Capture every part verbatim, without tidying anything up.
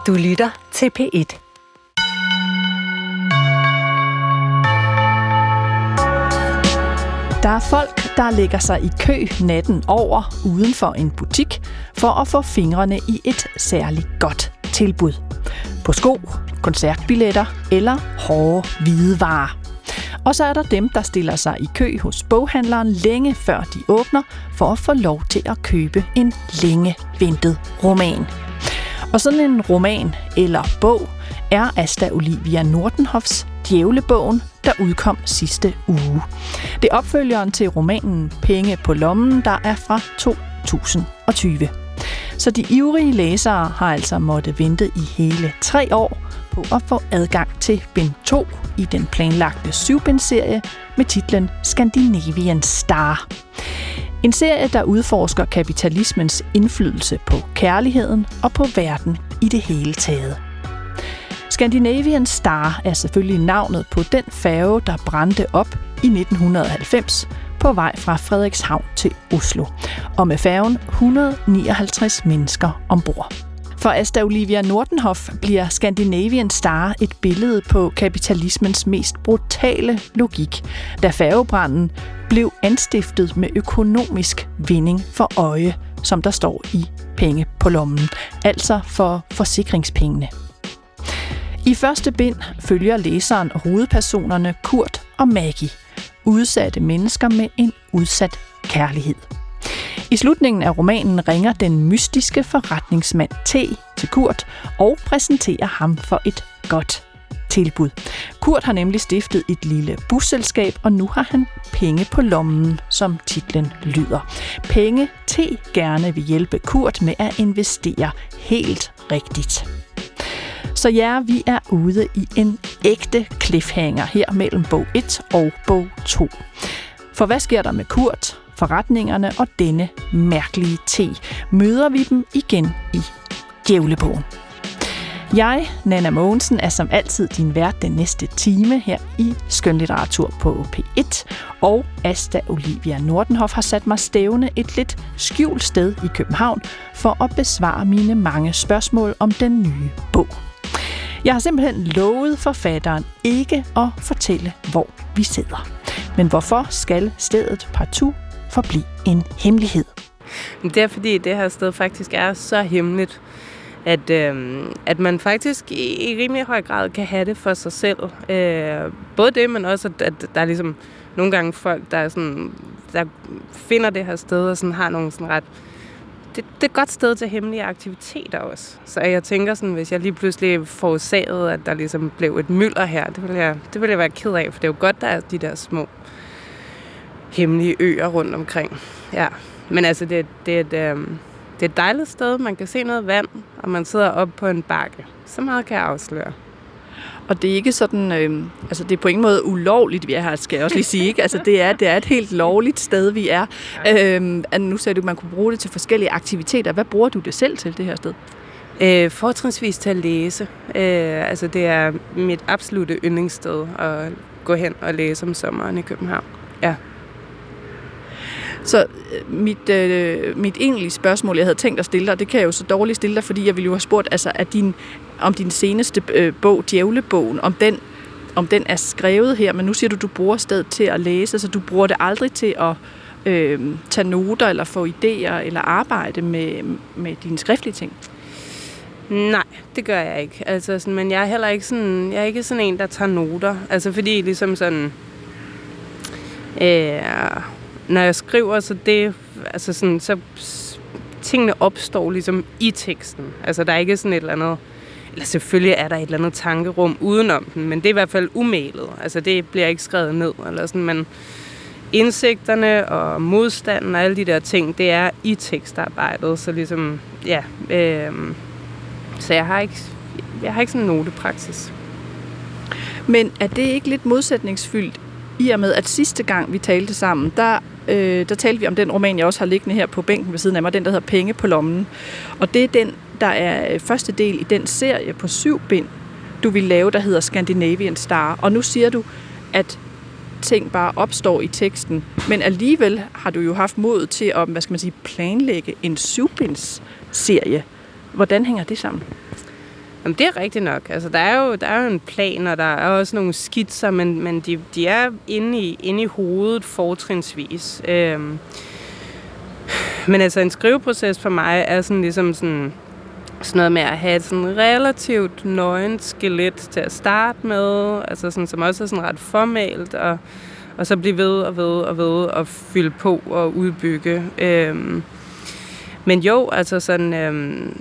Du lytter til P et. Der er folk, der lægger sig i kø natten over uden for en butik for at få fingrene i et særligt godt tilbud. På sko, koncertbilletter eller hårde hvidevarer. Og så er der dem, der stiller sig i kø hos boghandleren længe før de åbner for at få lov til at købe en længe ventet roman. Og sådan en roman eller bog er Asta Olivia Nordenhofs Djævlebogen, der udkom sidste uge. Det er opfølgeren til romanen Penge på lommen, der er fra to tusind og tyve. Så de ivrige læsere har altså måttet vente i hele tre år på at få adgang til bind to i den planlagte syvbindserie med titlen Scandinavian Star. En serie, der udforsker kapitalismens indflydelse på kærligheden og på verden i det hele taget. Scandinavian Star er selvfølgelig navnet på den færge, der brændte op i nitten halvfems på vej fra Frederikshavn til Oslo, og med færgen et hundrede og nioghalvtreds mennesker ombord. For Asta Olivia Nordenhof bliver Scandinavian Star et billede på kapitalismens mest brutale logik, da færgebranden blev anstiftet med økonomisk vinding for øje, som der står i Penge på lommen, altså for forsikringspengene. I første bind følger læseren hovedpersonerne Kurt og Maggie, udsatte mennesker med en udsat kærlighed. I slutningen af romanen ringer den mystiske forretningsmand T til Kurt og præsenterer ham for et godt tilbud. Kurt har nemlig stiftet et lille busselskab, og nu har han penge på lommen, som titlen lyder. Penge T gerne vil hjælpe Kurt med at investere helt rigtigt. Så ja, vi er ude i en ægte cliffhanger her mellem bog et og bog to. For hvad sker der med Kurt, forretningerne og denne mærkelige T? Møder vi dem igen i Djævlebogen. Jeg, Nanna Mogensen, er som altid din vært den næste time her i Skønlitteratur på P et, og Asta Olivia Nordenhof har sat mig stævne et lidt skjult sted i København for at besvare mine mange spørgsmål om den nye bog. Jeg har simpelthen lovet forfatteren ikke at fortælle, hvor vi sidder. Men hvorfor skal stedet partout forblive en hemmelighed? Det er fordi, det her sted faktisk er så hemmeligt, at, øh, at man faktisk i, i rimelig høj grad kan have det for sig selv. Øh, både det, men også, at, at der er ligesom nogle gange folk, der, er sådan, der finder det her sted og sådan, har nogle sådan ret... Det, det er et godt sted til hemmelige aktiviteter også. Så jeg tænker sådan, hvis jeg lige pludselig forårsagede, at der ligesom blev et mylder her, det ville jeg, det ville jeg være ked af, for det er jo godt, der er de der små hemmelige øer rundt omkring. Ja. Men altså, det, det, er et, øh, det er et dejligt sted, man kan se noget vand, og man sidder oppe på en bakke. Så meget kan jeg afsløre. Og det er ikke sådan, øh, altså det er på ingen måde ulovligt, vi er her, skal jeg også lige sige, ikke? Altså det er, det er et helt lovligt sted, vi er. Øh, nu sagde du, at man kunne bruge det til forskellige aktiviteter. Hvad bruger du det selv til, det her sted? Øh, fortrinsvis til at læse. Øh, altså det er mit absolutte yndlingssted at gå hen og læse om sommeren i København. Ja. Så mit, øh, mit egentlige spørgsmål, jeg havde tænkt at stille dig, det kan jeg jo så dårligt stille dig, fordi jeg ville jo have spurgt altså, at din, om din seneste øh, bog, Djævlebogen, om den, om den er skrevet her, men nu siger du, du bruger stedet til at læse, så du bruger det aldrig til at øh, tage noter, eller få idéer, eller arbejde med, med dine skriftlige ting? Nej, det gør jeg ikke. Altså, sådan, men jeg er heller ikke sådan, jeg er ikke sådan en, der tager noter. Altså fordi ligesom sådan... Øh, Når jeg skriver, så det, altså sådan, så tingene opstår ligesom i teksten. Altså der er ikke sådan et eller andet, eller selvfølgelig er der et eller andet tankerum udenom den, men det er i hvert fald umælet. Altså det bliver ikke skrevet ned, eller sådan, men indsigterne og modstanden og alle de der ting, det er i tekstarbejdet, så ligesom, ja, øh, så jeg har ikke, jeg har ikke sådan en notepraksis. Men er det ikke lidt modsætningsfyldt, i og med, at sidste gang vi talte sammen, der, øh, der talte vi om den roman, jeg også har liggende her på bænken ved siden af mig, den der hedder Penge på lommen. Og det er den, der er første del i den serie på syv bind, du vil lave, der hedder Scandinavian Star. Og nu siger du, at ting bare opstår i teksten, men alligevel har du jo haft mod til at, hvad skal man sige, planlægge en syvbinds serie. Hvordan hænger det sammen? Jamen, det er rigtigt nok. Altså, der er jo, der er jo en plan, og der er også nogle skitser, men, men de, de er inde i, inde i hovedet fortrinsvis. Øhm. Men altså, en skriveproces for mig er sådan ligesom sådan, sådan noget med at have et sådan relativt nøgent skelet til at starte med, altså sådan, som også er sådan ret formalt, og, og så blive ved og ved og ved og fylde på og udbygge. Øhm. Men jo, altså sådan... Øhm,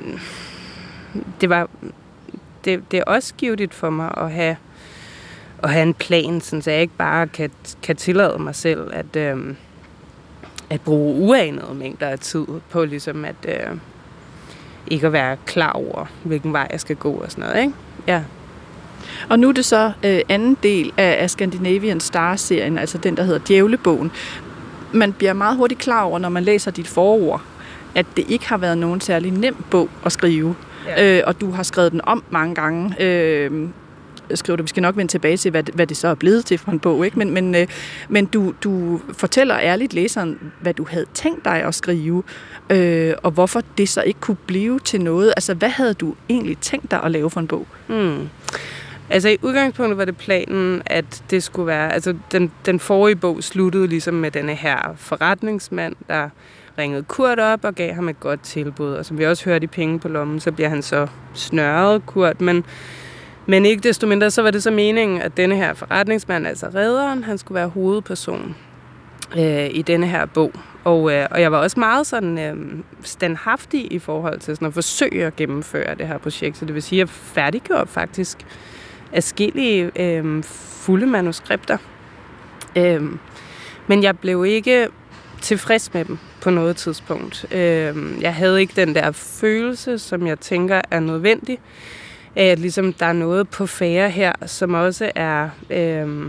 Det var det, det er også givet for mig at have at have en plan, sådan, så jeg ikke bare kan, kan tillade mig selv at øhm, at bruge uanede mængder af tid på ligesom at øh, ikke at være klar over hvilken vej jeg skal gå og sådan noget, ikke? Ja. Og nu er det så øh, anden del af, af Scandinavian Star-serien, altså den der hedder Djævlebogen. Man bliver meget hurtigt klar over, når man læser dit forord, at det ikke har været nogen særlig nem bog at skrive. Ja. Øh, og du har skrevet den om mange gange. Øh, skriver du, vi skal nok vende tilbage til, hvad det, hvad det så er blevet til for en bog, ikke? Men, men, øh, men du, du fortæller ærligt læseren, hvad du havde tænkt dig at skrive, øh, og hvorfor det så ikke kunne blive til noget. Altså, hvad havde du egentlig tænkt dig at lave for en bog? Hmm. Altså, i udgangspunktet var det planen, at det skulle være... Altså, den, den forrige bog sluttede ligesom med denne her forretningsmand, der ringede Kurt op og gav ham et godt tilbud. Og som vi også hørte i Penge på lommen, så bliver han så snørret, Kurt. Men, men ikke desto mindre, så var det så meningen, at denne her forretningsmand, altså redderen, han skulle være hovedperson øh, i denne her bog. Og, øh, og jeg var også meget sådan øh, standhaftig i forhold til sådan at forsøge at gennemføre det her projekt. Så det vil sige, at jeg færdiggjorde faktisk adskillige øh, fulde manuskripter. Øh, men jeg blev ikke tilfreds med dem på noget tidspunkt. Øh, jeg havde ikke den der følelse, som jeg tænker er nødvendig, af at ligesom, der er noget på færre her, som også er øh,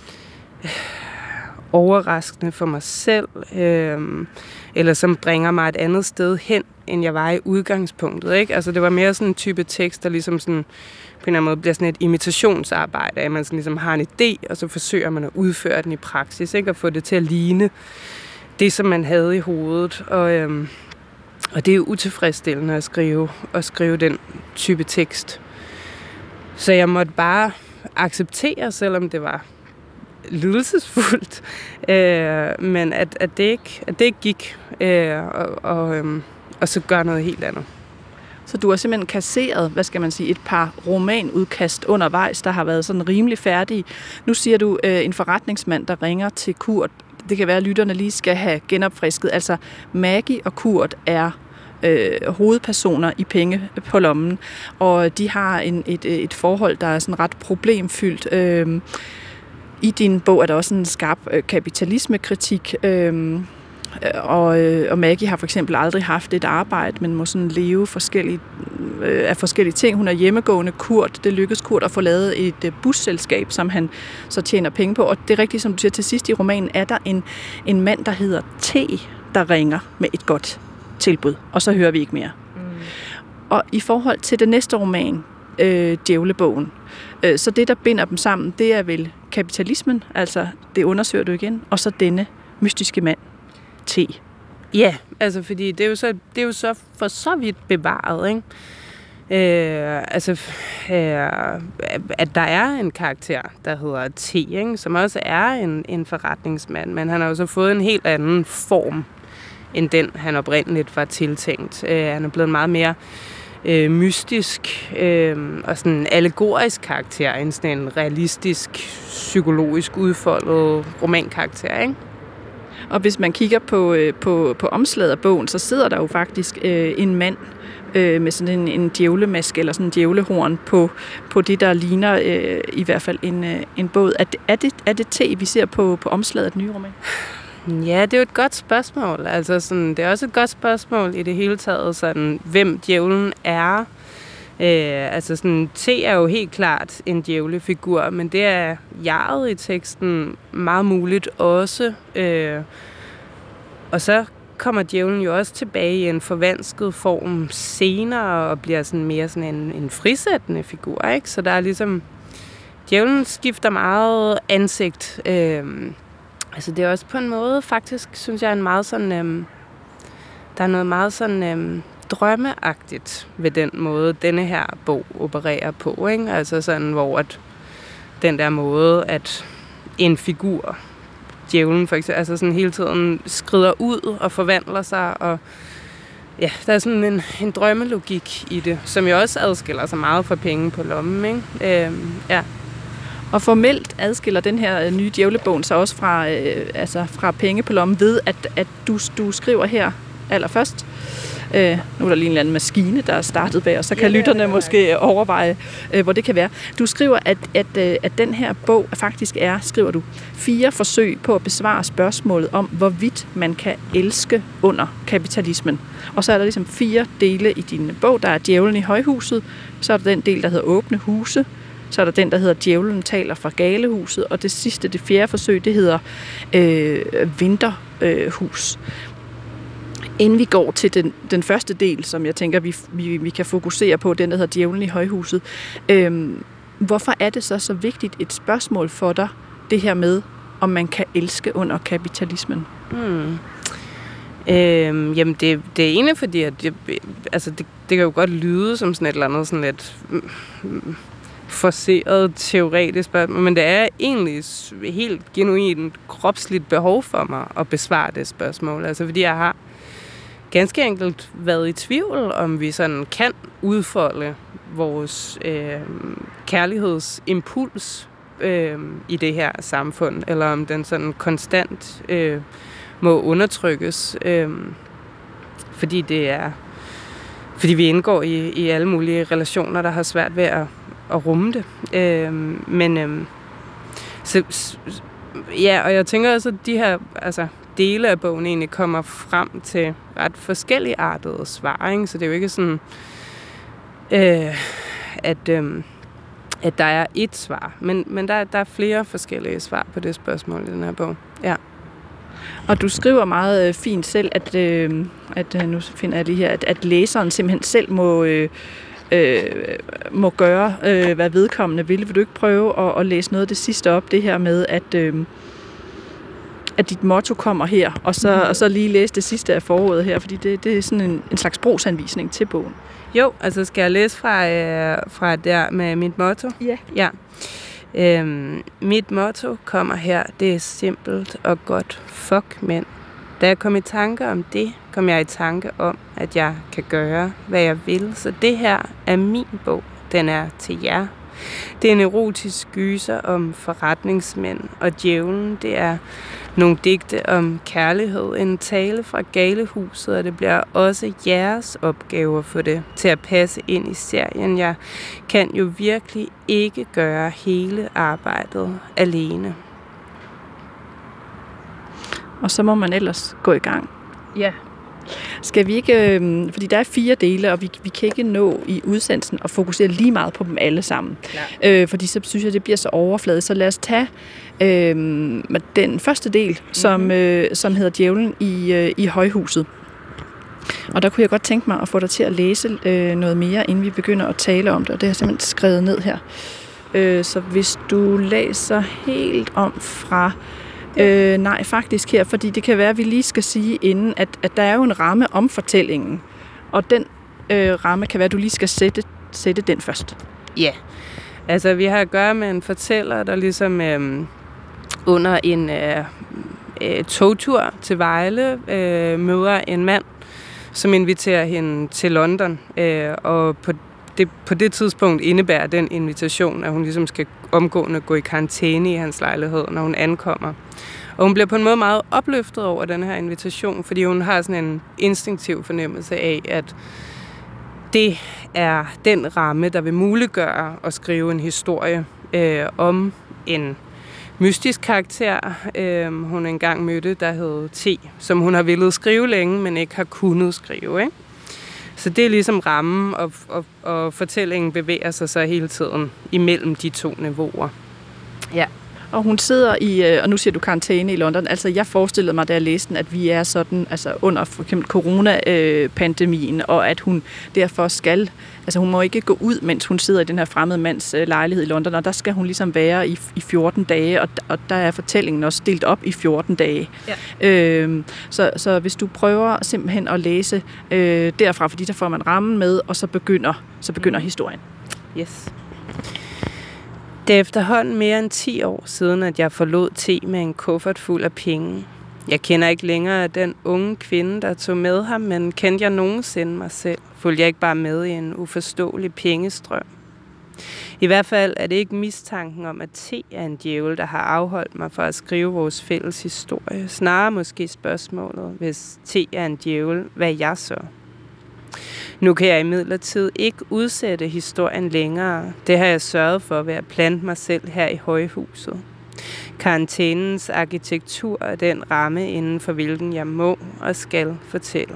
overraskende for mig selv, øh, eller som bringer mig et andet sted hen, end jeg var i udgangspunktet. Ikke? Altså, det var mere sådan en type tekst, der ligesom sådan, på en eller anden måde bliver sådan et imitationsarbejde, at man sådan ligesom har en idé, og så forsøger man at udføre den i praksis, ikke? Og få det til at ligne det, som man havde i hovedet. Og, øhm, og det er jo utilfredsstillende at skrive, at skrive den type tekst. Så jeg måtte bare acceptere, selvom det var lidelsesfuldt, øh, men at, at, det ikke, at det ikke gik, øh, og, og, øhm, og så gøre noget helt andet. Så du har simpelthen kasseret, hvad skal man sige, et par romanudkast undervejs, der har været sådan rimelig færdige. Nu siger du øh, en forretningsmand, der ringer til Kurt. Det kan være, at lytterne lige skal have genopfrisket. Altså, Maggie og Kurt er øh, hovedpersoner i Penge på lommen, og de har en, et, et forhold, der er sådan ret problemfyldt. Øh, I din bog er der også en skarp øh, kapitalismekritik, øh, Og, og Maggie har for eksempel aldrig haft et arbejde, men må sådan leve forskellige, øh, af forskellige ting. Hun er hjemmegående. Kurt, det lykkedes Kurt at få lavet et øh, busselskab, som han så tjener penge på. Og det er rigtigt, som du siger, til sidst i romanen er der en, en mand, der hedder T, der ringer med et godt tilbud. Og så hører vi ikke mere. Mm. Og i forhold til det næste roman, øh, Djævlebogen, øh, så det, der binder dem sammen, det er vel kapitalismen, altså det undersøger du igen, og så denne mystiske mand, T. Ja, altså fordi det er jo så, det er jo så for så vidt bevaret, ikke? Øh, altså, øh, at der er en karakter, der hedder T, ikke? Som også er en, en forretningsmand, men han har jo så fået en helt anden form, end den, han oprindeligt var tiltænkt. Øh, han er blevet meget mere øh, mystisk øh, og sådan en allegorisk karakter, end sådan en realistisk, psykologisk udfoldet romankarakter, ikke? Og hvis man kigger på, på, på omslaget af bogen, så sidder der jo faktisk øh, en mand øh, med sådan en, en djævlemaske eller sådan en djævlehorn på, på det, der ligner øh, i hvert fald en, øh, en båd. Er det, er, det, er det T, vi ser på, på omslaget af den nye roman? Ja, det er jo et godt spørgsmål. Altså sådan, det er også et godt spørgsmål i det hele taget, sådan, hvem djævlen er. Øh, altså sådan, T er jo helt klart en djævlefigur, men det er jeget i teksten meget muligt også. Øh, og så kommer djævlen jo også tilbage i en forvansket form senere og bliver sådan mere sådan en, en frisættende figur, ikke? Så der er ligesom, djævlen skifter meget ansigt. Øh, altså det er også på en måde faktisk, synes jeg, en meget sådan, øh, der er noget meget sådan øh, drømmeagtigt ved den måde, denne her bog opererer på, ikke? Altså sådan, hvor at den der måde, at en figur, djævlen for eksempel, altså sådan hele tiden skrider ud og forvandler sig, og ja, der er sådan en, en drømmelogik i det, som jo også adskiller sig meget fra Penge på lommen, ikke? Øhm, ja. Og formelt adskiller den her nye djævlebogen sig også fra, øh, altså fra Penge på lommen ved, at, at du, du skriver her allerførst. Øh, nu er der lige en eller anden maskine, der er startet bag, og så kan ja, lytterne måske overveje, øh, hvor det kan være. Du skriver, at, at, øh, at den her bog faktisk er, skriver du, fire forsøg på at besvare spørgsmålet om, hvorvidt man kan elske under kapitalismen. Og så er der ligesom fire dele i din bog. Der er Djævlen i højhuset, så er der den del, der hedder Åbne huse, så er der den, der hedder Djævlen taler fra Galehuset, og det sidste, det fjerde forsøg, det hedder øh, Vinterhus. Øh, Inden vi går til den, den første del, som jeg tænker, vi, vi, vi kan fokusere på, den der hedder Djævlen i højhuset. Øhm, hvorfor er det så så vigtigt et spørgsmål for dig, det her med, om man kan elske under kapitalismen? Hmm. Øhm, jamen, det, det er egentlig fordi, at jeg, altså det, det kan jo godt lyde som sådan et eller andet sådan lidt mm, forceret teoretisk spørgsmål, men det er egentlig helt genuint kropsligt behov for mig at besvare det spørgsmål. Altså fordi jeg har ganske enkelt været i tvivl, om vi sådan kan udfolde vores øh, kærlighedsimpuls øh, i det her samfund, eller om den sådan konstant øh, må undertrykkes, øh, fordi det er, fordi vi indgår i, i alle mulige relationer, der har svært ved at, at rumme det. Øh, men øh, så, ja, og jeg tænker også, at de her, altså dele af bogen egentlig kommer frem til ret forskellige artede svar, ikke? Så det er jo ikke sådan, øh, at, øh, at der er et svar, men, men der, der er flere forskellige svar på det spørgsmål i den her bog. Ja. Og du skriver meget øh, fint selv, at, øh, at øh, nu finder jeg lige her, at, at læseren simpelthen selv må, øh, øh, må gøre, øh, hvad vedkommende vil. Vil du ikke prøve at, at læse noget af det sidste op, det her med, at øh, at dit motto kommer her, og så, mm. og så lige læse det sidste af forordet her, fordi det, det er sådan en, en slags brugsanvisning til bogen. Jo, altså skal jeg læse fra, øh, fra der med mit motto? Ja. Ja. Øhm, mit motto kommer her, det er simpelt og godt. Fuck mænd. Da jeg kom i tanke om det, kom jeg i tanke om, at jeg kan gøre, hvad jeg vil. Så det her er min bog. Den er til jer. Det er en erotisk gyser om forretningsmænd, og djævlen, det er nogle digte om kærlighed, en tale fra Galehuset, og det bliver også jeres opgave at få det til at passe ind i serien. Jeg kan jo virkelig ikke gøre hele arbejdet alene. Og så må man ellers gå i gang. Ja. Skal vi ikke, øh, fordi der er fire dele, og vi, vi kan ikke nå i udsendelsen at fokusere lige meget på dem alle sammen. Øh, fordi så synes jeg, det bliver så overfladet. Så lad os tage øh, den første del, mm-hmm. som, øh, som hedder Djævlen i, øh, i højhuset. Og der kunne jeg godt tænke mig at få dig til at læse øh, noget mere, inden vi begynder at tale om det. Og det har jeg simpelthen skrevet ned her. Øh, så hvis du læser helt om fra... Øh, nej, faktisk her, fordi det kan være, at vi lige skal sige inden, at, at der er jo en ramme om fortællingen, og den øh, ramme kan være, at du lige skal sætte, sætte den først. Ja, yeah. Altså vi har at gøre med en fortæller, der ligesom øh, under en øh, øh, togtur til Vejle øh, møder en mand, som inviterer hende til London, øh, og på det, på det tidspunkt indebærer den invitation, at hun ligesom skal omgående gå i karantæne i hans lejlighed, når hun ankommer. Og hun bliver på en måde meget opløftet over den her invitation, fordi hun har sådan en instinktiv fornemmelse af, at det er den ramme, der vil muliggøre at skrive en historie øh, om en mystisk karakter, øh, hun engang mødte, der hed T, som hun har villet skrive længe, men ikke har kunnet skrive, ikke? Så det er ligesom rammen, og, og, og fortællingen bevæger sig så hele tiden imellem de to niveauer. Ja. og hun sidder i, og nu siger du karantæne i London, altså jeg forestillede mig, da jeg læste den, at vi er sådan, altså under for eksempel coronapandemien, og at hun derfor skal, altså hun må ikke gå ud, mens hun sidder i den her fremmede mands lejlighed i London, og der skal hun ligesom være i, i fjorten dage, og, og der er fortællingen også delt op i fjorten dage. Ja. Øhm, så, så hvis du prøver simpelthen at læse øh, derfra, fordi der får man rammen med, og så begynder, så begynder mm. historien. Yes. Det er efterhånden mere end ti år siden, at jeg forlod T med en kuffert fuld af penge. Jeg kender ikke længere den unge kvinde, der tog med ham, men kendte jeg nogensinde mig selv? Fulgte jeg ikke bare med i en uforståelig pengestrøm? I hvert fald er det ikke mistanken om, at T er en djævel, der har afholdt mig fra at skrive vores fælles historie. Snarere måske spørgsmålet, hvis T er en djævel, hvad er jeg så? Nu kan jeg imidlertid ikke udsætte historien længere. Det har jeg sørget for ved at plante mig selv her i højhuset. Karantænens arkitektur er den ramme, inden for hvilken jeg må og skal fortælle.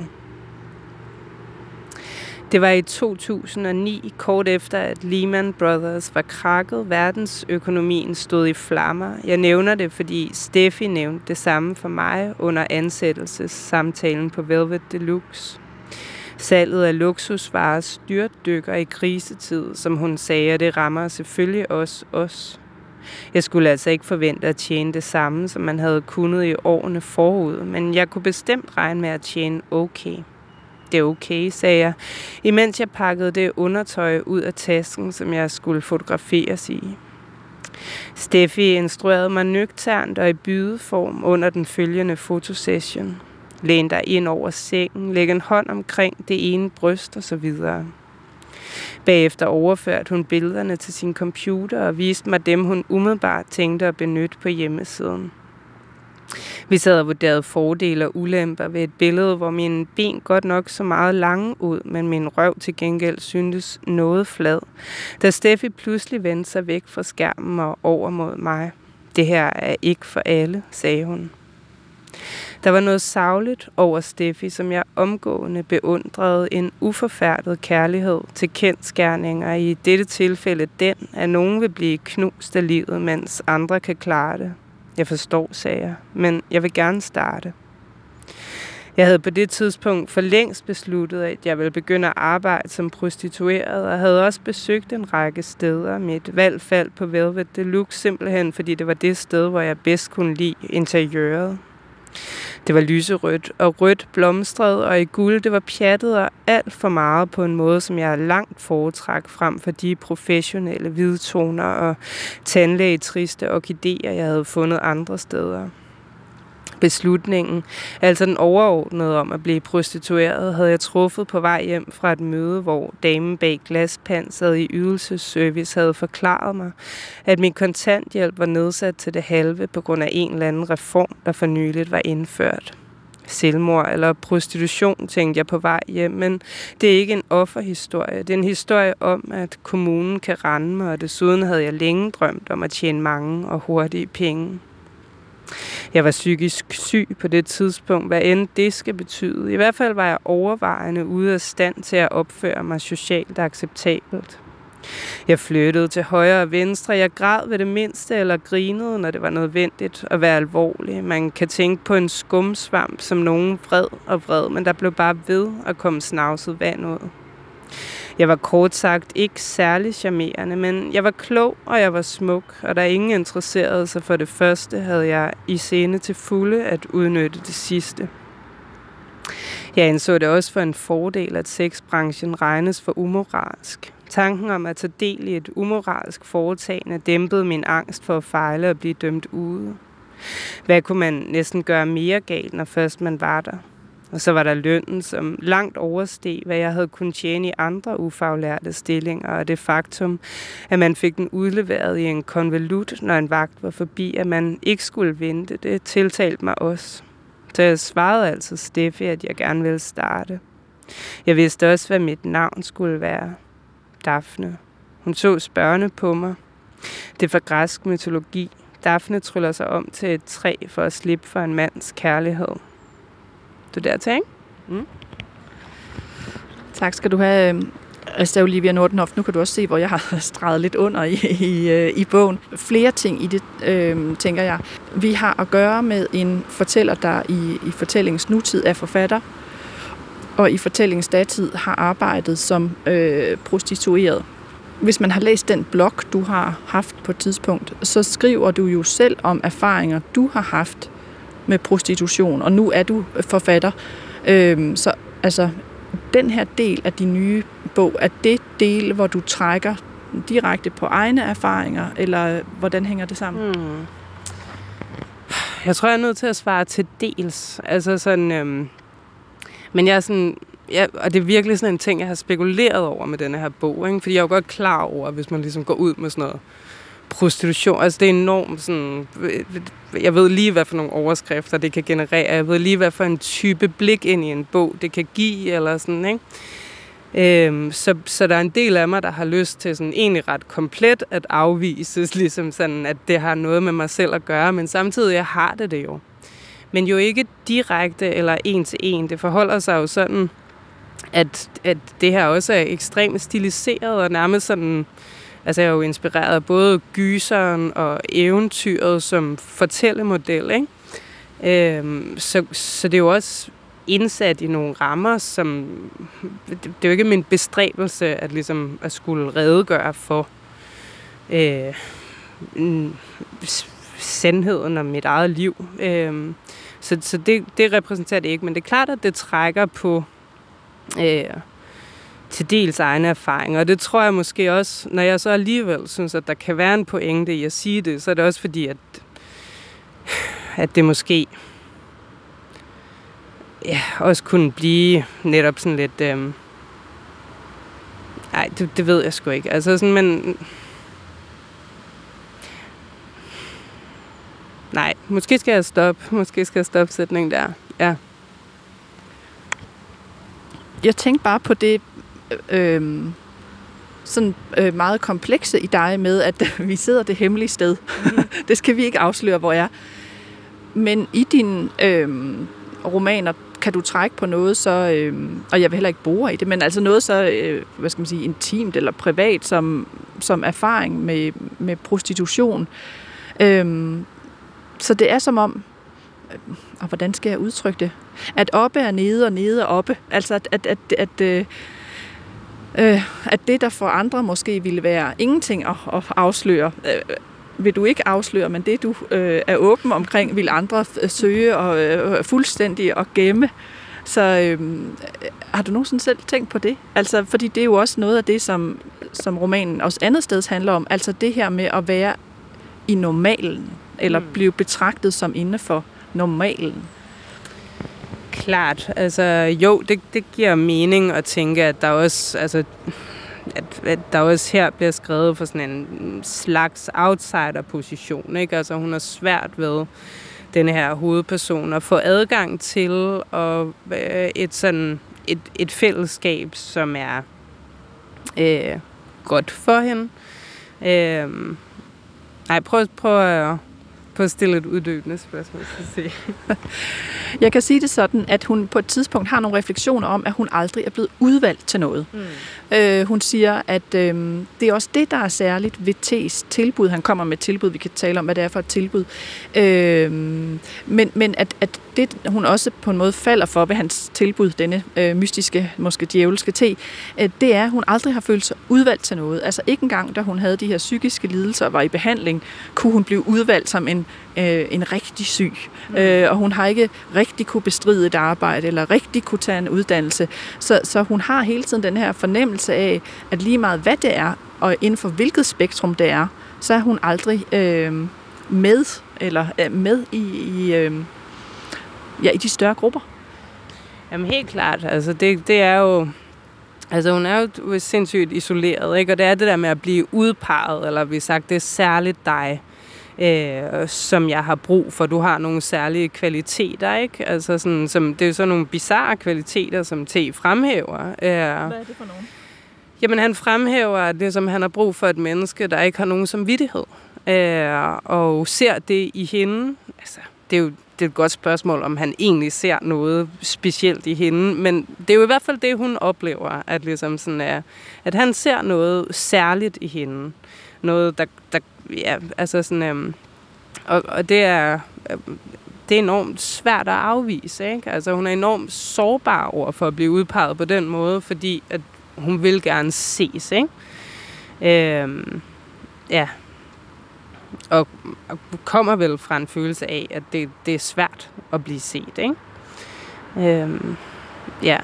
Det var i to tusind og ni, kort efter at Lehman Brothers var krakket, verdensøkonomien stod i flammer. Jeg nævner det, fordi Steffi nævnte det samme for mig under ansættelsessamtalen på Velvet Deluxe. Salget af luksusvarer styrtdykker i krisetid, som hun sagde, og det rammer selvfølgelig også os. Jeg skulle altså ikke forvente at tjene det samme, som man havde kunnet i årene forud, men jeg kunne bestemt regne med at tjene okay. Det er okay, sagde jeg, imens jeg pakkede det undertøj ud af tasken, som jeg skulle fotograferes i. Steffi instruerede mig nøgternt og i bydeform under den følgende fotosession. Læn dig ind over sengen, læg en hånd omkring det ene bryst og så videre. Bagefter overførte hun billederne til sin computer og viste mig dem, hun umiddelbart tænkte at benytte på hjemmesiden. Vi sad og vurderede fordele og ulemper ved et billede, hvor mine ben godt nok så meget lange ud, men min røv til gengæld syntes noget flad, da Steffi pludselig vendte sig væk fra skærmen og over mod mig. Det her er ikke for alle, sagde hun. Der var noget sagligt over Steffi, som jeg omgående beundrede, en uforfærdet kærlighed til kendsgerninger, i dette tilfælde den, at nogen vil blive knust af livet, mens andre kan klare det. Jeg forstår, sagde jeg, men jeg vil gerne starte. Jeg havde på det tidspunkt for længst besluttet, at jeg ville begynde at arbejde som prostitueret, og havde også besøgt en række steder. Mit valg faldt på Velvet Deluxe simpelthen, fordi det var det sted, hvor jeg bedst kunne lide interiøret. Det var lyserødt og rødt blomstret, og i guld det var pjattet og alt for meget på en måde, som jeg langt foretrak frem for de professionelle hvidtoner og tandlægetriste orkideer, jeg havde fundet andre steder. Beslutningen, altså den overordnede om at blive prostitueret, havde jeg truffet på vej hjem fra et møde, hvor damen bag glaspanseret i ydelsesservice havde forklaret mig, at min kontanthjælp var nedsat til det halve på grund af en eller anden reform, der for nyligt var indført. Selvmord eller prostitution, tænkte jeg på vej hjem, men det er ikke en offerhistorie. Det er en historie om, at kommunen kan rende mig, og desuden havde jeg længe drømt om at tjene mange og hurtige penge. Jeg var psykisk syg på det tidspunkt, hvad end det skal betyde. I hvert fald var jeg overvejende ude af stand til at opføre mig socialt acceptabelt. Jeg flyttede til højre og venstre. Jeg græd ved det mindste eller grinede, når det var nødvendigt at være alvorlig. Man kan tænke på en skumsvamp som nogen vred og vred, men der blev bare ved at komme snavset vand ud. Jeg var kort sagt ikke særlig charmerende, men jeg var klog, og jeg var smuk, og da ingen interesserede sig for det første, havde jeg i scene til fulde at udnytte det sidste. Jeg indså det også for en fordel, at sexbranchen regnes for umoralsk. Tanken om at tage del i et umoralsk foretagende dæmpede min angst for at fejle og blive dømt ude. Hvad kunne man næsten gøre mere galt, når først man var der? Og så var der lønnen, som langt oversteg, hvad jeg havde kunnet tjene i andre ufaglærte stillinger, og det faktum, at man fik den udleveret i en konvolut, når en vagt var forbi, at man ikke skulle vente, det tiltalte mig også. Så jeg svarede altså Steffi, at jeg gerne ville starte. Jeg vidste også, hvad mit navn skulle være. Daphne. Hun så spørgende på mig. Det er fra græsk mytologi. Daphne tryller sig om til et træ for at slippe for en mands kærlighed. Du der til, ikke? Mm. Tak skal du have. Altså Olivia Nordenhof, nu kan du også se, hvor jeg har streget lidt under i, i, i bogen. Flere ting i det, øh, tænker jeg. Vi har at gøre med en fortæller, der i, i fortællingens nutid er forfatter, og i fortællingens datid har arbejdet som øh, prostitueret. Hvis man har læst den blog, du har haft på et tidspunkt, så skriver du jo selv om erfaringer, du har haft med prostitution, og nu er du forfatter. Øh, så altså, den her del af din nye bog, er det del, hvor du trækker direkte på egne erfaringer, eller hvordan hænger det sammen? Hmm. Jeg tror, jeg er nødt til at svare til dels. Altså sådan, øhm, men jeg er sådan, ja, og det er virkelig sådan en ting, jeg har spekuleret over med denne her bog, ikke? Fordi jeg er jo godt klar over, hvis man ligesom går ud med sådan noget prostitution. Altså det er enormt sådan, jeg ved lige, hvad for nogle overskrifter det kan generere. Jeg ved lige, hvad for en type blik ind i en bog, det kan give, eller sådan, ikke? Øhm, så, så der er en del af mig, der har lyst til sådan egentlig ret komplet at afvises, ligesom sådan, at det har noget med mig selv at gøre, men samtidig jeg har det det jo. Men jo ikke direkte eller en til en. Det forholder sig jo sådan, at, at det her også er ekstremt stiliseret og nærmest sådan. Altså jeg er jo inspireret af både gyseren og eventyret som fortællemodel, ikke? Øhm, så, så det er jo også indsat i nogle rammer, som det, det er jo ikke min bestræbelse at ligesom at skulle redegøre for øh, sandheden om mit eget liv. Øhm, så så det, det repræsenterer det ikke, men det er klart, at det trækker på øh, til dels egne erfaringer, og det tror jeg måske også, når jeg så alligevel synes, at der kan være en pointe i at sige det, så er det også fordi, at, at det måske ja, også kunne blive netop sådan lidt, øhm, nej, det, det ved jeg sgu ikke, altså sådan, men nej, måske skal jeg stoppe, måske skal jeg stoppe sætningen der, ja. Jeg tænkte bare på det øh, sådan øh, meget komplekse i dig med, at vi sidder det hemmelige sted. Mm. Det skal vi ikke afsløre, hvor jeg er. Men i dine øh, romaner kan du trække på noget så, øh, og jeg vil heller ikke bore i det, men altså noget så, øh, hvad skal man sige, intimt eller privat som, som erfaring med, med prostitution. Øh, så det er som om, og hvordan skal jeg udtrykke det? At oppe er nede, og nede er oppe. Altså, at, at, at, at, øh, øh, at det, der for andre måske ville være ingenting at, at afsløre, øh, vil du ikke afsløre, men det, du øh, er åben omkring, vil andre søge og øh, fuldstændig at gemme. Så øh, har du nogensinde selv tænkt på det? Altså, fordi det er jo også noget af det, som, som romanen også andet sted handler om. Altså det her med at være i normalen, eller mm. blive betragtet som inden for normalen. Klart. Altså, jo, det, det giver mening at tænke, at der også, altså, at, at der også her bliver skrevet for sådan en slags outsider-position, ikke? Altså, hun har svært ved den her hovedperson at få adgang til og, øh, et, sådan, et, et fællesskab, som er øh, godt for hende. Øh, nej, prøv, prøv at på at stille et uddybende spørgsmål, skal jeg sige. Jeg kan sige det sådan, at hun på et tidspunkt har nogle refleksioner om, at hun aldrig er blevet udvalgt til noget. Mm. Øh, hun siger, at øh, det er også det, der er særligt ved T's tilbud. Han kommer med et tilbud, vi kan tale om, hvad det er for et tilbud. Øh, men men at, at det, hun også på en måde falder for ved hans tilbud, denne øh, mystiske, måske djævelske T, øh, det er, at hun aldrig har følt sig udvalgt til noget. Altså ikke engang, da hun havde de her psykiske lidelser og var i behandling, kunne hun blive udvalgt som en øh, en rigtig syg. Mm. Øh, og hun har ikke rigtig kunne bestride et arbejde, eller rigtig kunne tage en uddannelse. Så, så hun har hele tiden den her fornemmelse af, at lige meget hvad det er, og inden for hvilket spektrum det er, så er hun aldrig øh, med, eller øh, med i, i, øh, ja, i de større grupper. Jamen helt klart. Altså det, det er jo... Altså hun er jo sindssygt isoleret, ikke? Og det er det der med at blive udpeget, eller vi sagt, det er særligt dig, øh, som jeg har brug for. Du har nogle særlige kvaliteter, ikke? Altså sådan, som, det er jo sådan nogle bizarre kvaliteter, som T fremhæver. Øh, Hvad er det for nogen? Jamen han fremhæver, at det, som han har brug for et menneske, der ikke har nogen samvittighed, øh, og ser det i hende. Altså, det er jo det er et godt spørgsmål, om han egentlig ser noget specielt i hende, men det er jo i hvert fald det, hun oplever, at, ligesom sådan er, at han ser noget særligt i hende. Noget, der, der ja, altså sådan, øhm, og, og det er, det er enormt svært at afvise, ikke? Altså hun er enormt sårbar over for at blive udpeget på den måde, fordi at hun vil gerne ses, ikke? Øhm, ja. Og, og kommer vel fra en følelse af, at det, det er svært at blive set, ikke? Øhm, ja.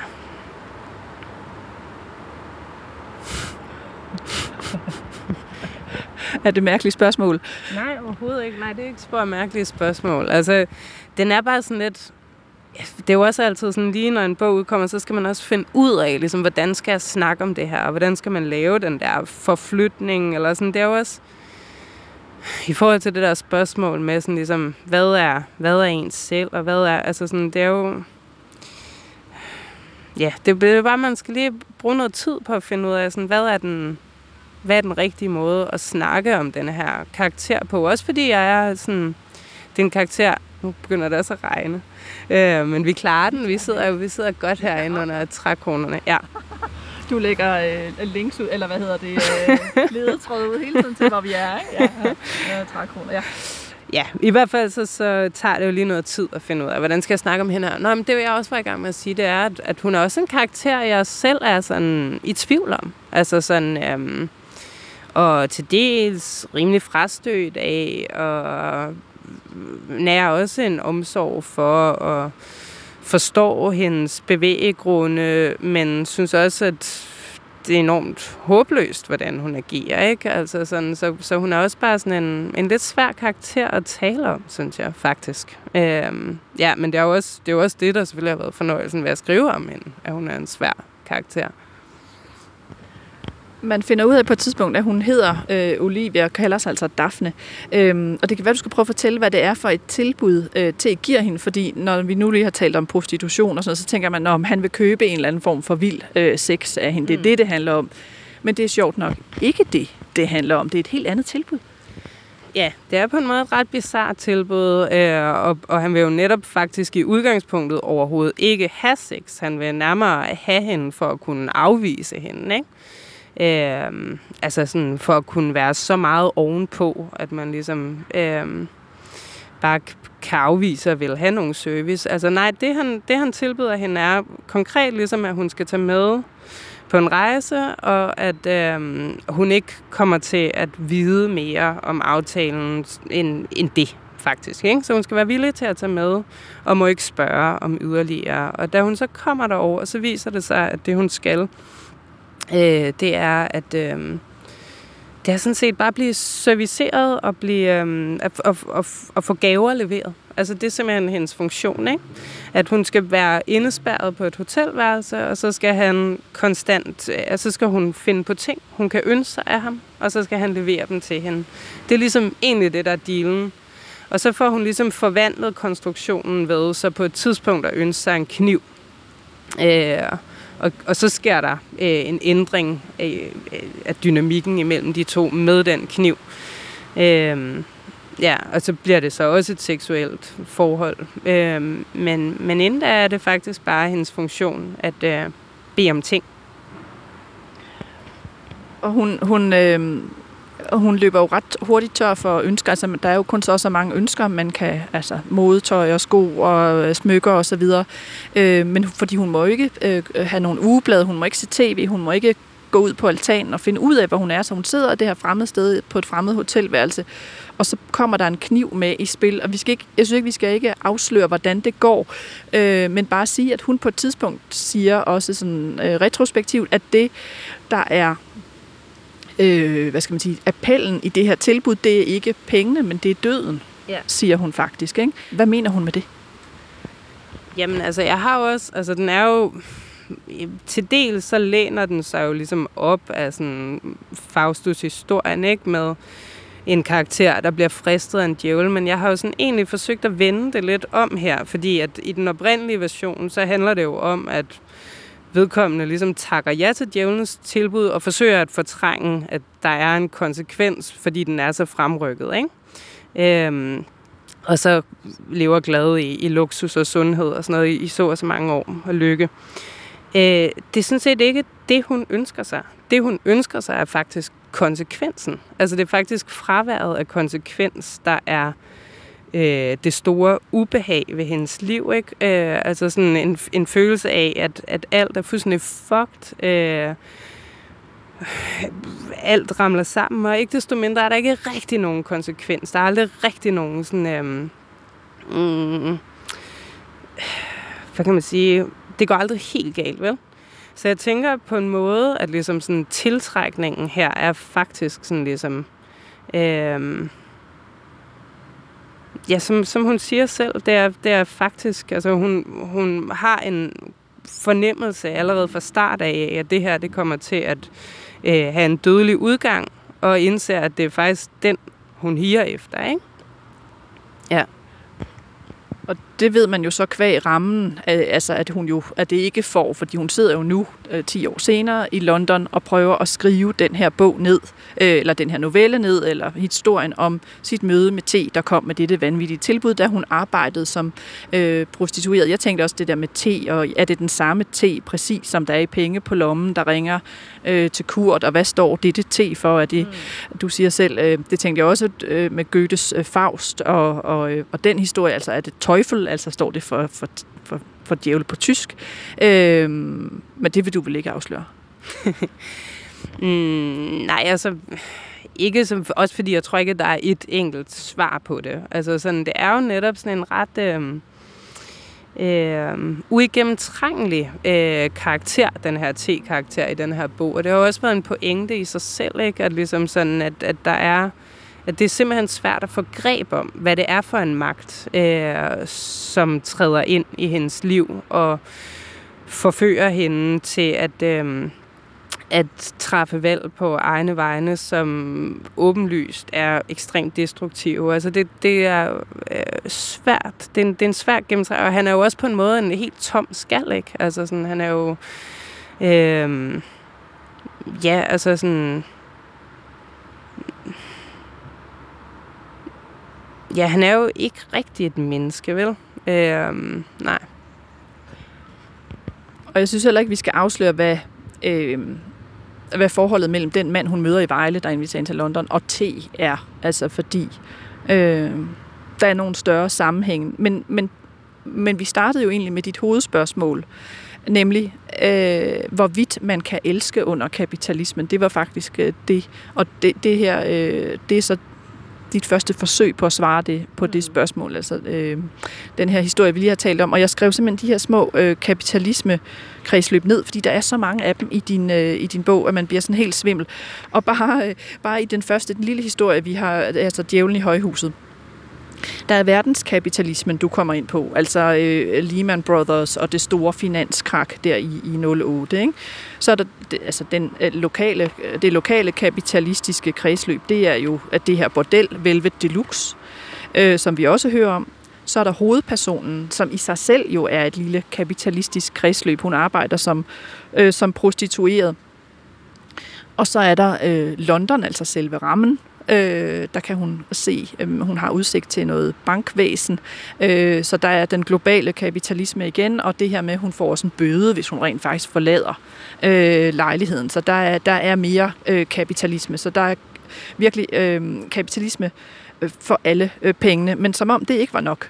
Er det et mærkeligt spørgsmål? Nej, overhovedet ikke. Nej, det er ikke spor mærkeligt spørgsmål. Altså, den er bare sådan lidt... Det er jo også altid sådan, lige når en bog udkommer, så skal man også finde ud af, ligesom, hvordan skal jeg snakke om det her, og hvordan skal man lave den der forflytning, eller sådan. Det er jo også... I forhold til det der spørgsmål med, sådan, ligesom, hvad er, hvad er ens selv, og hvad er... Altså, sådan, det er jo... Ja, det er bare, man skal lige bruge noget tid på at finde ud af, sådan, hvad er den... Hvad er den rigtige måde at snakke om denne her karakter på? Også fordi jeg er sådan... Det er en karakter... Nu begynder det også at regne. Øh, men vi klarer den. Vi sidder jo vi sidder godt herinde under trækronerne. Ja. Du lægger øh, links ud, eller hvad hedder det, øh, ledetråd ud hele tiden til, hvor vi er, ikke? Ja, ja, trækroner, ja. Ja, i hvert fald så, så tager det jo lige noget tid at finde ud af, hvordan skal jeg snakke om hende her. Nå, men det vil jeg også være i gang med at sige, det er, at, at hun er også en karakter, jeg selv er sådan i tvivl om. Altså sådan... Øhm, og til dels rimelig frastødt af, og nærer også en omsorg for at forstå hendes bevæggrunde, men synes også, at det er enormt håbløst, hvordan hun agerer, ikke? Altså sådan, så, så hun er også bare sådan en, en lidt svær karakter at tale om, synes jeg faktisk. Øhm, ja, men det er jo også det, er jo også det, der selvfølgelig har været fornøjelsen ved at skrive om hende, at hun er en svær karakter. Man finder ud af på et tidspunkt, at hun hedder øh, Olivia og kalder sig altså Daphne. Øhm, og det kan være, du skal prøve at fortælle, hvad det er for et tilbud, øh, til giver hende. Fordi når vi nu lige har talt om prostitution og sådan noget, så tænker man, om han vil købe en eller anden form for vild øh, sex af hende. Det er mm. det, det handler om. Men det er sjovt nok ikke det, det handler om. Det er et helt andet tilbud. Ja, det er på en måde et ret bizarrt tilbud, øh, og, og han vil jo netop faktisk i udgangspunktet overhovedet ikke have sex. Han vil nærmere have hende for at kunne afvise hende, ikke? Øh, altså sådan for at kunne være så meget ovenpå, at man ligesom øh, bare kan afvise og vil have nogen service. Altså nej, det han, det han tilbyder hende er konkret ligesom, at hun skal tage med på en rejse, og at øh, hun ikke kommer til at vide mere om aftalen end, end det, faktisk. Ikke? Så hun skal være villig til at tage med, og må ikke spørge om yderligere. Og da hun så kommer derover, så viser det sig, at det hun skal, Øh, det er, at øh, det er sådan set bare at blive serviceret og blive, øh, at, at, at, at få gaver leveret. Altså det er simpelthen hendes funktion, ikke? At hun skal være indespærret på et hotelværelse, og så skal han konstant, altså skal hun finde på ting, hun kan ønske sig af ham, og så skal han levere dem til hende. Det er ligesom egentlig det, der er dealen. Og så får hun ligesom forvandlet konstruktionen ved, så på et tidspunkt at ønske sig en kniv. Øh, Og, og så sker der øh, en ændring af, af dynamikken imellem de to med den kniv. Øh, ja, og så bliver det så også et seksuelt forhold. Øh, men, men inden da er det faktisk bare hendes funktion at øh, bede om ting. Og hun, hun, øh, hun løber jo ret hurtigt tør for ønsker. Altså, der er jo kun så, så mange ønsker, man kan, altså modetøj og sko og smykker og så videre. Øh, men fordi hun må ikke øh, have nogle ugeblade, hun må ikke se tv, hun må ikke gå ud på altanen og finde ud af, hvor hun er. Så hun sidder det her fremmede sted på et fremmed hotelværelse, og så kommer der en kniv med i spil. Og vi skal ikke, jeg synes ikke, vi skal ikke afsløre, hvordan det går, øh, men bare sige, at hun på et tidspunkt siger også sådan øh, retrospektivt, at det, der er Øh, hvad skal man sige, appellen i det her tilbud, det er ikke pengene, men det er døden, ja. Siger hun faktisk, ikke? Hvad mener hun med det? Jamen, altså, jeg har jo også, altså, den er jo, til del så læner den sig jo ligesom op af sådan Faustus-historien, ikke? Med en karakter, der bliver fristet af en djævel, men jeg har jo sådan egentlig forsøgt at vende det lidt om her, fordi at i den oprindelige version, så handler det jo om, at vedkommende ligesom takker ja til djævelens tilbud og forsøger at fortrænge, at der er en konsekvens, fordi den er så fremrykket, ikke? Øhm, og så lever glad i, i luksus og sundhed og sådan noget i, i så og så mange år og lykke. Øh, det er sådan set ikke det, hun ønsker sig. Det, hun ønsker sig, er faktisk konsekvensen. Altså det er faktisk fraværet af konsekvens, der er øh, det store ubehag ved hendes liv, ikke? Øh, altså sådan en, en følelse af, at, at alt er fuldstændig fucked. Øh, alt ramler sammen, og ikke desto mindre er der ikke rigtig nogen konsekvens. Der er aldrig rigtig nogen sådan... Øh, mm, hvad kan man sige... Det går aldrig helt galt, vel? Så jeg tænker på en måde, at ligesom sådan tiltrækningen her er faktisk sådan ligesom... Øh, ja, som, som hun siger selv, det er, det er faktisk... Altså hun, hun har en fornemmelse allerede fra start af, at det her det kommer til at øh, have en dødelig udgang, og indser, at det er faktisk den, hun higer efter, ikke? Ja. Og det ved man jo så kvæg rammen, altså at hun jo at det ikke får, fordi hun sidder jo nu øh, ti år senere i London og prøver at skrive den her bog ned, øh, eller den her novelle ned, eller historien om sit møde med T, der kom med dette vanvittige tilbud, da hun arbejdede som øh, prostitueret. Jeg tænkte også det der med T, og er det den samme T præcis, som der er i penge på lommen, der ringer øh, til Kurt, og hvad står dette T for? Er det, mm. Du siger selv, øh, det tænkte jeg også øh, med Goethes øh, Faust, og, og, øh, og den historie, altså er det Teufel, altså står det for, for, for, for djævel på tysk. Øhm, men det vil du vel ikke afsløre? mm, nej, altså ikke som, også fordi jeg tror ikke, at der er et enkelt svar på det. Altså sådan, det er jo netop sådan en ret øh, øh, uigennemtrængelig øh, karakter, den her T-karakter i den her bog. Og det har jo også været en pointe i sig selv, ikke? At, ligesom sådan, at, at der er at det er simpelthen svært at få greb om, hvad det er for en magt, øh, som træder ind i hendes liv og forfører hende til at, øh, at træffe valg på egne vegne, som åbenlyst er ekstremt destruktive. Altså det, det er øh, svært. Det er, en, det er en svær gennemtræk, og han er jo også på en måde en helt tom skal, ikke? Altså sådan, han er jo... Øh, ja, altså sådan... Ja, han er jo ikke rigtig et menneske, vel? Øhm, nej. Og jeg synes heller ikke, vi skal afsløre, hvad, øh, hvad forholdet mellem den mand, hun møder i Vejle, der inviterer hende til London, og T er. Altså fordi øh, der er nogle større sammenhæng. Men, men, men vi startede jo egentlig med dit hovedspørgsmål, nemlig øh, hvorvidt man kan elske under kapitalismen. Det var faktisk øh, det. Og det, det her, øh, det er så dit første forsøg på at svare det, på det spørgsmål, altså øh, den her historie, vi lige har talt om. Og jeg skrev simpelthen de her små øh, kapitalisme-kredsløb ned, fordi der er så mange af dem i din, øh, i din bog, at man bliver sådan helt svimmel. Og bare, øh, bare i den første, den lille historie, vi har, altså Djævlen i højhuset, der er verdenskapitalismen, du kommer ind på, altså øh, Lehman Brothers og det store finanskrak der i, i nul otte, ikke? Så er der det, altså den øh, lokale, det lokale kapitalistiske kredsløb, det er jo at det her bordel, Velvet Deluxe, øh, som vi også hører om. Så er der hovedpersonen, som i sig selv jo er et lille kapitalistisk kredsløb. Hun arbejder som, øh, som prostitueret. Og så er der øh, London, altså selve rammen. Øh, der kan hun se, øh, hun har udsigt til noget bankvæsen, øh, så der er den globale kapitalisme igen, og det her med, at hun får også en bøde, hvis hun rent faktisk forlader øh, lejligheden. Så der er, der er mere øh, kapitalisme, så der er virkelig øh, kapitalisme øh, for alle øh, pengene, men som om det ikke var nok.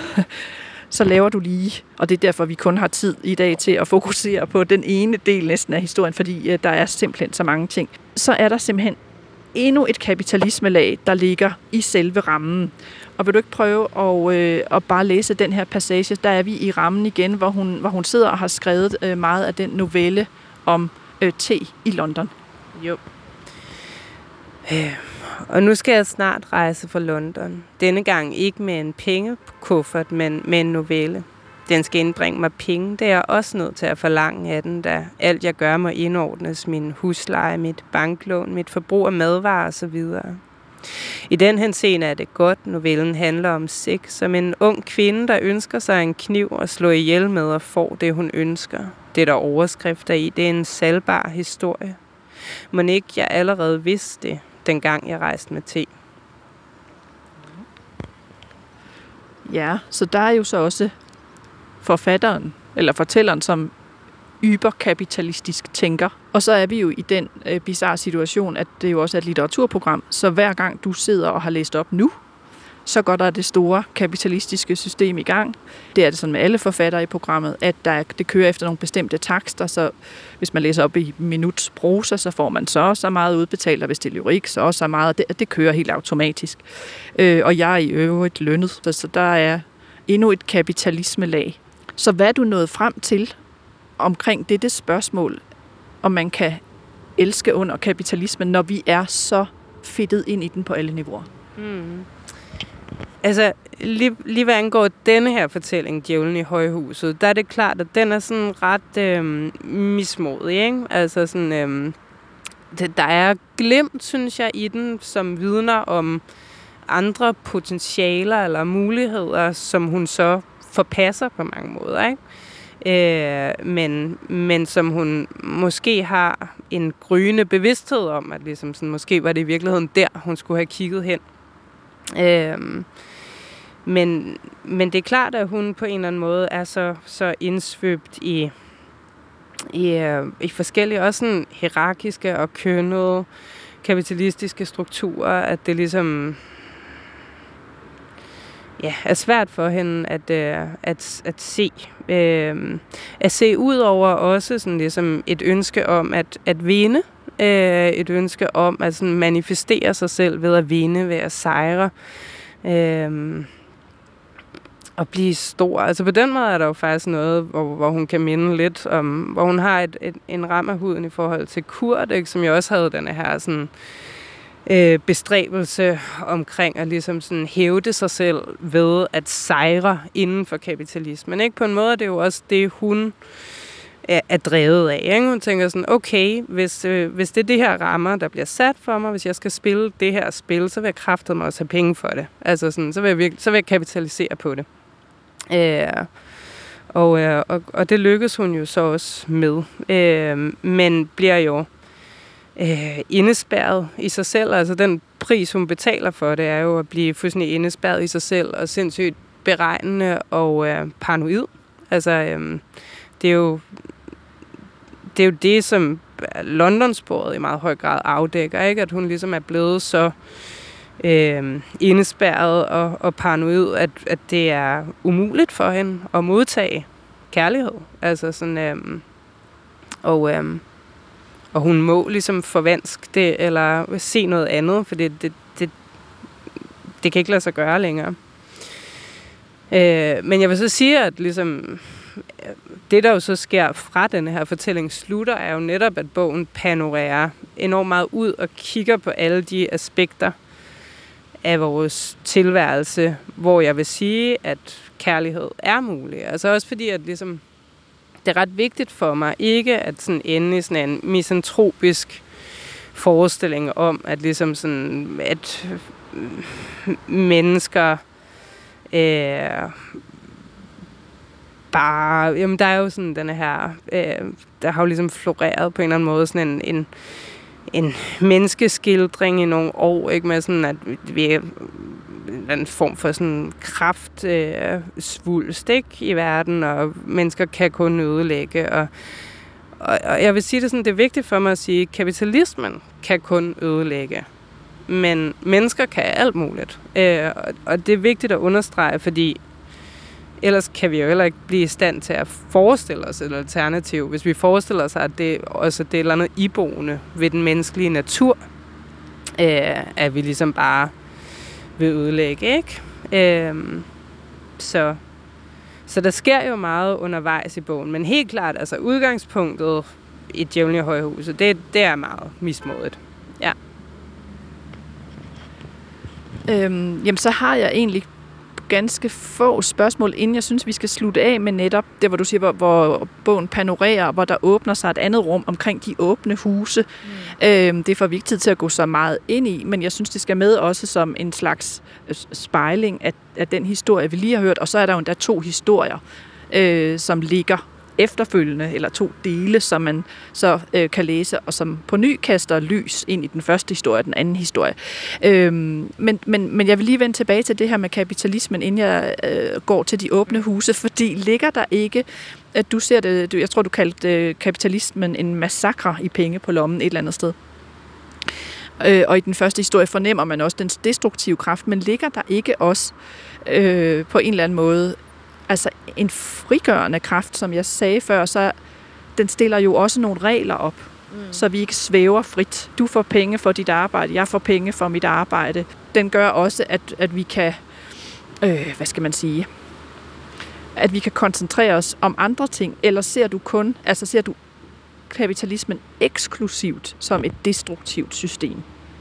Så laver du lige, og det er derfor, vi kun har tid i dag til at fokusere på den ene del næsten af historien, fordi øh, der er simpelthen så mange ting. Så er der simpelthen endnu et kapitalismelag, der ligger i selve rammen. Og vil du ikke prøve at, øh, at bare læse den her passage? Der er vi i rammen igen, hvor hun, hvor hun sidder og har skrevet øh, meget af den novelle om øh, T i London. Jo. Øh, og nu skal jeg snart rejse fra London. Denne gang ikke med en pengekuffert, men med en novelle. Den skal indbringe mig penge. Det er jeg også nødt til at forlange af den, da alt jeg gør må indordnes. Min husleje, mit banklån, mit forbrug af madvarer osv. I den henseende er det godt. Novellen handler om sex, som en ung kvinde, der ønsker sig en kniv og slå ihjel med og får det, hun ønsker. Det, der overskrifter i, det er en salgbar historie. Mon ikke jeg allerede vidste det, dengang jeg rejste med T. Ja, så der er jo så også forfatteren, eller fortælleren, som yberkapitalistisk tænker. Og så er vi jo i den øh, bizarre situation, at det jo også er et litteraturprogram, så hver gang du sidder og har læst op nu, så går der det store kapitalistiske system i gang. Det er det sådan med alle forfattere i programmet, at der, det kører efter nogle bestemte takster, så hvis man læser op i minuts prosa, så får man så så meget udbetalt, og hvis det er lyrik, så så meget. Det, det kører helt automatisk. Øh, og jeg er i øvrigt lønnet, så, så der er endnu et kapitalismelag. Så hvad er du nået frem til omkring dette spørgsmål, om man kan elske under kapitalismen, når vi er så fedtet ind i den på alle niveauer? Mm. Altså, lige, lige hvad angår denne her fortælling, Djævlen i højhuset, der er det klart, at den er sådan ret øh, mismodig, ikke? Altså sådan, øh, det, der er glimt, synes jeg, i den, som vidner om andre potentialer eller muligheder, som hun så forpasser på mange måder, ikke? Øh, men, men som hun måske har en gryende bevidsthed om, at ligesom sådan, måske var det i virkeligheden der, hun skulle have kigget hen. Øh, men, men det er klart, at hun på en eller anden måde er så, så indsvøbt i, i, i forskellige, også sådan hierarkiske og kønnede kapitalistiske strukturer, at det ligesom ja, er svært for hende at, øh, at, at se. Øh, at se ud over også sådan ligesom et ønske om at, at vinde. Øh, et ønske om at sådan manifestere sig selv ved at vinde, ved at sejre. Øh, og blive stor. Altså på den måde er der jo faktisk noget, hvor, hvor hun kan minde lidt om, hvor hun har et, et, en ram af huden i forhold til Kurt, ikke, som jo også havde denne her sådan øh, bestræbelse omkring at ligesom sådan hævde sig selv ved at sejre inden for kapitalismen. Ikke? På en måde er det jo også det, hun er, er drevet af. Ikke? Hun tænker sådan, okay, hvis, øh, hvis det er det her rammer, der bliver sat for mig, hvis jeg skal spille det her spil, så vil jeg kraftedeme også have penge for det. Altså sådan, så vil jeg, virkelig, så vil jeg kapitalisere på det. Øh, og, øh, og, og det lykkes hun jo så også med. Øh, men bliver jo øh, indespærret i sig selv. Altså den pris, hun betaler for det, er jo at blive fuldstændig indespærret i sig selv og sindssygt beregnende og øh, paranoid. Altså øh, det er jo det er jo det, som London-sporet i meget høj grad afdækker, ikke? At hun ligesom er blevet så øh, indespærret og, og paranoid, at, at det er umuligt for hende at modtage kærlighed. Altså sådan, øh, og, øh, og hun må ligesom forvanske det, eller se noget andet, for det, det, det, det kan ikke lade sig gøre længere. Øh, men jeg vil så sige, at ligesom det, der jo så sker fra denne her fortælling slutter, er jo netop, at bogen panorerer enormt meget ud og kigger på alle de aspekter af vores tilværelse, hvor jeg vil sige, at kærlighed er mulig. Altså også fordi, at ligesom, det er ret vigtigt for mig ikke at sådan ende i sådan en misantropisk forestilling om, at ligesom sådan, at mennesker øh, bare, jamen der er jo sådan denne her, øh, der har jo ligesom floreret på en eller anden måde sådan en, en, en menneskeskildring i nogle år, ikke, med sådan, at vi er en form for sådan kraft øh, svulst, ikke, i verden, og mennesker kan kun ødelægge, og, og, og jeg vil sige det sådan, det er vigtigt for mig at sige, at kapitalismen kan kun ødelægge, men mennesker kan alt muligt, øh, og, og det er vigtigt at understrege, fordi ellers kan vi jo heller ikke blive i stand til at forestille os et alternativ. Hvis vi forestiller os, at det også det er et eller andet iboende ved den menneskelige natur, øh, at vi ligesom bare vil ødelægge, ikke? Øh, så, så der sker jo meget undervejs i bogen, men helt klart, altså udgangspunktet i Djævlen i højhuset, det, det er meget mismodigt. Ja. Øhm, jamen, så har jeg egentlig ganske få spørgsmål, inden jeg synes, vi skal slutte af med netop det, hvor du siger, hvor, hvor bogen panorerer, hvor der åbner sig et andet rum omkring de åbne huse. Mm. Øhm, det får vi ikke tid til at gå så meget ind i, men jeg synes, det skal med også som en slags spejling af, af den historie, vi lige har hørt, og så er der jo endda to historier, øh, som ligger efterfølgende, eller to dele, som man så øh, kan læse, og som på ny kaster lys ind i den første historie, den anden historie. Øhm, men, men, men jeg vil lige vende tilbage til det her med kapitalismen, inden jeg øh, går til de åbne huse, fordi ligger der ikke, at du ser det, jeg tror du kaldte øh, kapitalismen en massakre i penge på lommen et eller andet sted. Øh, og i den første historie fornemmer man også dens destruktive kraft, men ligger der ikke også øh, på en eller anden måde altså en frigørende kraft, som jeg sagde før, så den stiller jo også nogle regler op, mm. så vi ikke svæver frit. Du får penge for dit arbejde, jeg får penge for mit arbejde. Den gør også, at, at vi kan, øh, hvad skal man sige, at vi kan koncentrere os om andre ting, eller ser du kun, altså ser du kapitalismen eksklusivt som et destruktivt system?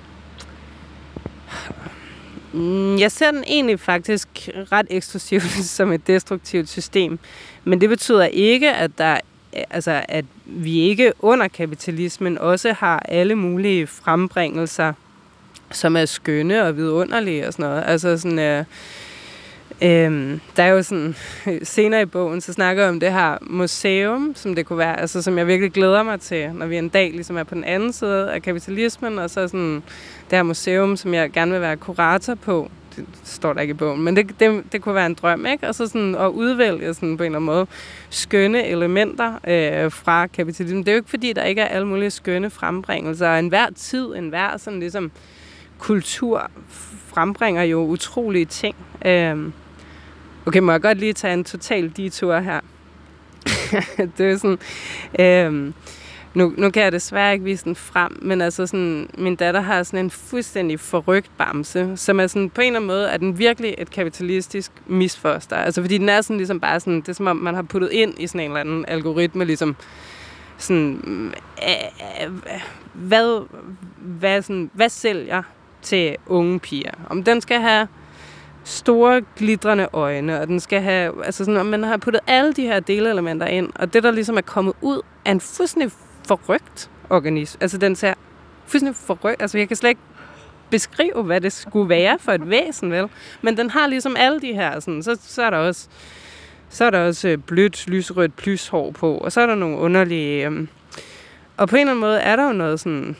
Jeg ser den egentlig faktisk ret eksklusivt som et destruktivt system, men det betyder ikke, at der, altså at vi ikke under kapitalismen også har alle mulige frembringelser, som er skønne og vidunderlige og sådan noget. Altså sådan, øh, øh, der er jo sådan senere i bogen, så snakker jeg om det her museum, som det kunne være, altså som jeg virkelig glæder mig til, når vi en dag ligesom er på den anden side af kapitalismen, og så sådan det her museum, som jeg gerne vil være kurator på. Det står der ikke i bogen, men det, det, det kunne være en drøm, ikke? Og så sådan at udvælge sådan på en eller anden måde skønne elementer øh, fra kapitalismen. Det er jo ikke fordi, der ikke er alle mulige skønne frembringelser. Enhver tid, enhver sådan ligesom kultur frembringer jo utrolige ting. Øh, okay, må jeg godt lige tage en total detur her? Det er sådan... Øh, Nu, nu kan jeg desværre ikke vise den frem, men altså sådan, min datter har sådan en fuldstændig forrygt bamse, som er sådan, på en eller anden måde, er den virkelig et kapitalistisk misfoster. Altså fordi den er sådan ligesom bare sådan, det er som om man har puttet ind i sådan en eller anden algoritme, ligesom sådan, øh, øh, hvad, hvad, sådan, hvad sælger til unge piger? Om den skal have store, glitrende øjne, og den skal have, altså sådan, om man har puttet alle de her delelementer ind, og det, der ligesom er kommet ud, er en fuldstændig forrygt organisme. Altså, den ser fuldstændig forrygt. Altså, jeg kan slet ikke beskrive, hvad det skulle være for et væsen, vel? Men den har ligesom alle de her, sådan, så, så er der også så er der også blødt, lyserødt plyshår på, og så er der nogle underlige... Øhm, og på en eller anden måde er der jo noget sådan...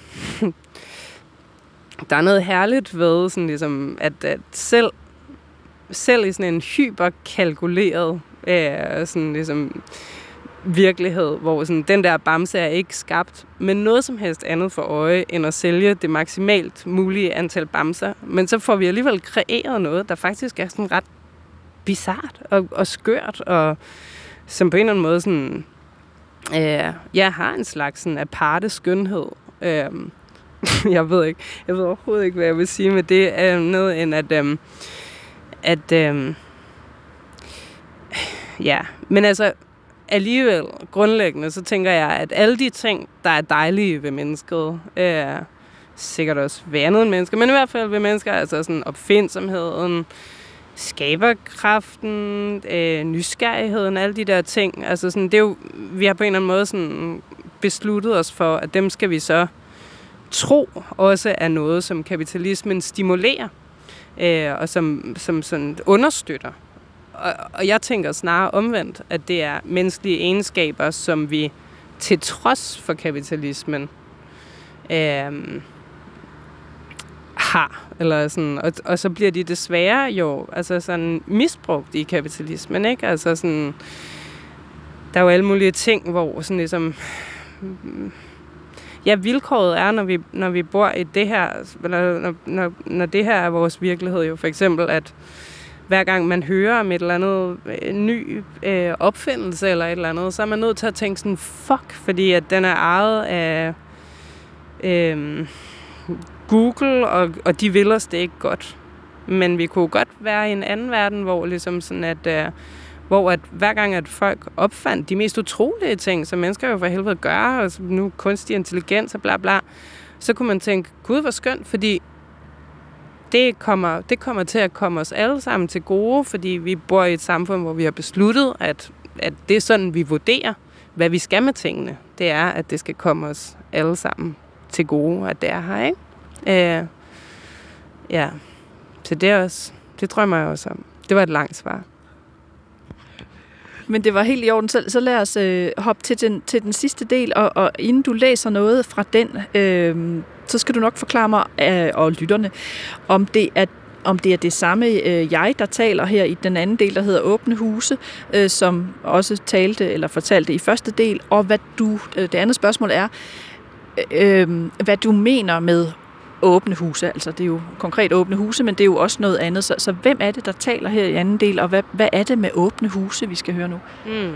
der er noget herligt ved, sådan ligesom, at, at selv, selv i sådan en hyperkalkuleret øh, sådan ligesom... virkelighed, hvor sådan, den der bamse er ikke skabt med noget som helst andet for øje, end at sælge det maksimalt mulige antal bamser. Men så får vi alligevel kreeret noget, der faktisk er sådan ret bizart og, og skørt, og som på en eller anden måde sådan, øh, jeg har en slags sådan aparte skønhed. Øh, jeg ved ikke, jeg ved overhovedet ikke, hvad jeg vil sige med det, er noget end at, øh, at øh, ja, men altså alligevel, grundlæggende, så tænker jeg, at alle de ting, der er dejlige ved mennesket, er sikkert også ved andet end mennesker, men i hvert fald ved mennesker, altså sådan opfindsomheden, skaberkraften, øh, nysgerrigheden, alle de der ting. Altså sådan, det er jo, vi har på en eller anden måde sådan besluttet os for, at dem skal vi så tro også er noget, som kapitalismen stimulerer, øh, og som, som sådan understøtter. Og, og jeg tænker snarere omvendt, at det er menneskelige egenskaber, som vi til trods for kapitalismen øh, har. Eller sådan, og, og så bliver de desværre jo altså sådan misbrugt i kapitalismen, ikke? Altså sådan, der er jo alle mulige ting, hvor sådan ligesom... Ja, vilkåret er, når vi, når vi bor i det her, eller når, når, når det her er vores virkelighed jo, for eksempel, at hver gang man hører om et eller andet øh, ny øh, opfindelse eller et eller andet, så er man nødt til at tænke sådan, fuck, fordi at den er ejet af øh, Google, og, og de vil os det ikke godt. Men vi kunne godt være i en anden verden, hvor ligesom sådan at, øh, hvor at hver gang at folk opfandt de mest utrolige ting, som mennesker jo for helvede gør, og nu kunstig intelligens og bla bla, så kunne man tænke, gud hvor skønt, fordi Det kommer, det kommer til at komme os alle sammen til gode, fordi vi bor i et samfund, hvor vi har besluttet, at, at det er sådan, vi vurderer, hvad vi skal med tingene. Det er, at det skal komme os alle sammen til gode, at det er her, ikke? Øh, ja, så det er også, det drømmer jeg også om. Det var et langt svar. Men det var helt i orden. Så, så lad os øh, hoppe til den, til den sidste del, og, og inden du læser noget fra den, øh, så skal du nok forklare mig øh, og lytterne, om det er om det er det samme øh, jeg, der taler her i den anden del, der hedder Åbne Huse, øh, som også talte eller fortalte i første del, og hvad du, øh, det andet spørgsmål er, øh, hvad du mener med åbne huse. Altså det er jo konkret åbne huse, men det er jo også noget andet. Så, så hvem er det, der taler her i anden del, og hvad, hvad er det med åbne huse, vi skal høre nu? Mm.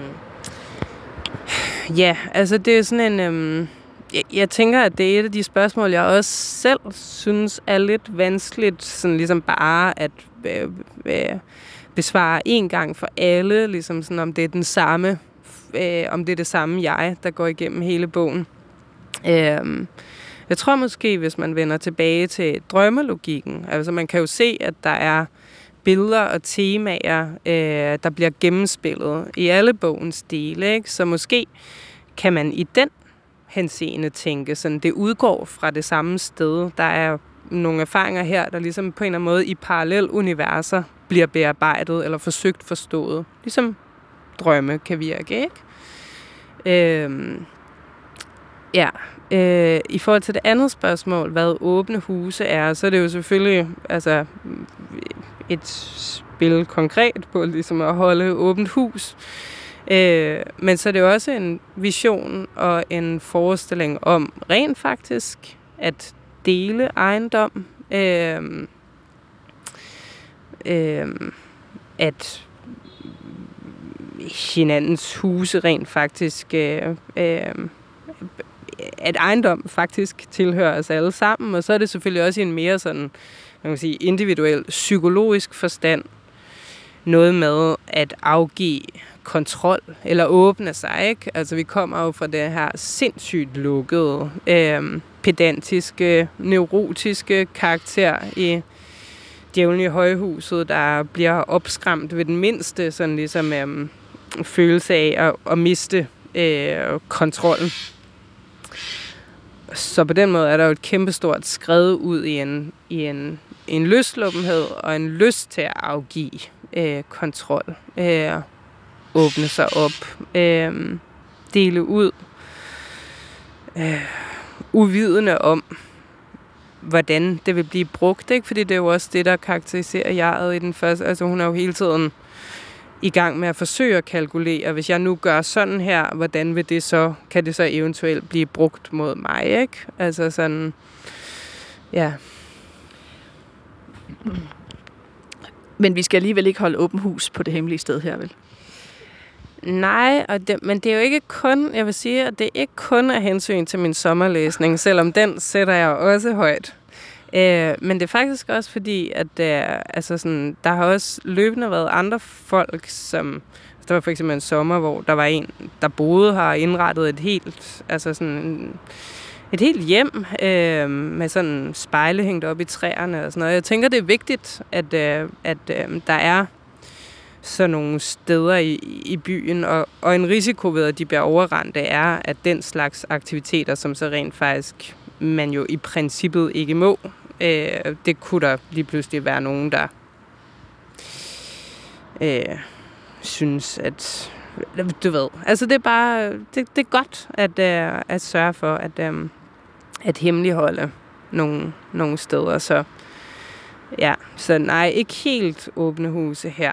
Ja, altså det er sådan en... Øhm Jeg, jeg tænker, at det er et af de spørgsmål, jeg også selv synes er lidt vanskeligt, sådan ligesom bare at øh, øh, besvare en gang for alle, ligesom sådan, om det er den samme, øh, om det er det samme jeg, der går igennem hele bogen. Øh, jeg tror måske, hvis man vender tilbage til drømmelogikken, altså man kan jo se, at der er billeder og temaer, øh, der bliver gennemspillet i alle bogens dele, ikke? Så måske kan man i den henseende tænke, sådan det udgår fra det samme sted. Der er nogle erfaringer her, der ligesom på en eller anden måde i parallel universer bliver bearbejdet eller forsøgt forstået. Ligesom drømme kan virke, ikke? Øhm, ja. Øh, I forhold til det andet spørgsmål, hvad åbne huse er, så er det jo selvfølgelig altså, et spil konkret på ligesom at holde åbent hus. Øh, men så er det jo også en vision og en forestilling om rent faktisk at dele ejendom, øh, øh, at hinandens huse rent faktisk, øh, øh, at ejendom faktisk tilhører os alle sammen, og så er det selvfølgelig også i en mere sådan, man kan sige, individuel psykologisk forstand, noget med at afgive kontrol, eller åbne sig, ikke? Altså, vi kommer jo fra det her sindssygt lukkede, øh, pedantiske, neurotiske karakter i Djævlen i højhuset, der bliver opskræmt ved den mindste sådan ligesom øh, følelse af at, at miste øh, kontrollen. Så på den måde er der jo et kæmpestort skred ud i en, i en, en løsluppenhed og en lyst til at afgive øh, kontrol. Øh, åbne sig op, øh, dele ud, øh, uvidende om, hvordan det vil blive brugt, ikke? Fordi det er jo også det, der karakteriserer jeget i den første. Altså hun er jo hele tiden i gang med at forsøge at kalkulere, hvis jeg nu gør sådan her, hvordan vil det så, kan det så eventuelt blive brugt mod mig, ikke? Altså sådan, ja. Men vi skal alligevel ikke holde åbent hus på det hemmelige sted her, vel? Nej, og det, men det er jo ikke kun, jeg vil sige, at det er ikke kun af hensyn til min sommerlæsning, selvom den sætter jeg også højt. Øh, men det er faktisk også fordi, at øh, altså sådan, der har også løbende været andre folk, som... Der var for eksempel en sommer, hvor der var en, der boede her og indrettet et helt, altså sådan, et helt hjem øh, med sådan spejle hængt op i træerne og sådan noget. Jeg tænker, det er vigtigt, at, øh, at øh, der er sådan nogle steder i, i byen, og, og en risiko ved, at de bliver overrendt, det er, at den slags aktiviteter, som så rent faktisk man jo i princippet ikke må, øh, det kunne der lige pludselig være nogen, der øh, synes, at du ved, altså det er bare, det, det er godt at, øh, at sørge for, at, øh, at hemmeligholde nogle, nogle steder, så ja, så nej, ikke helt åbne huse her.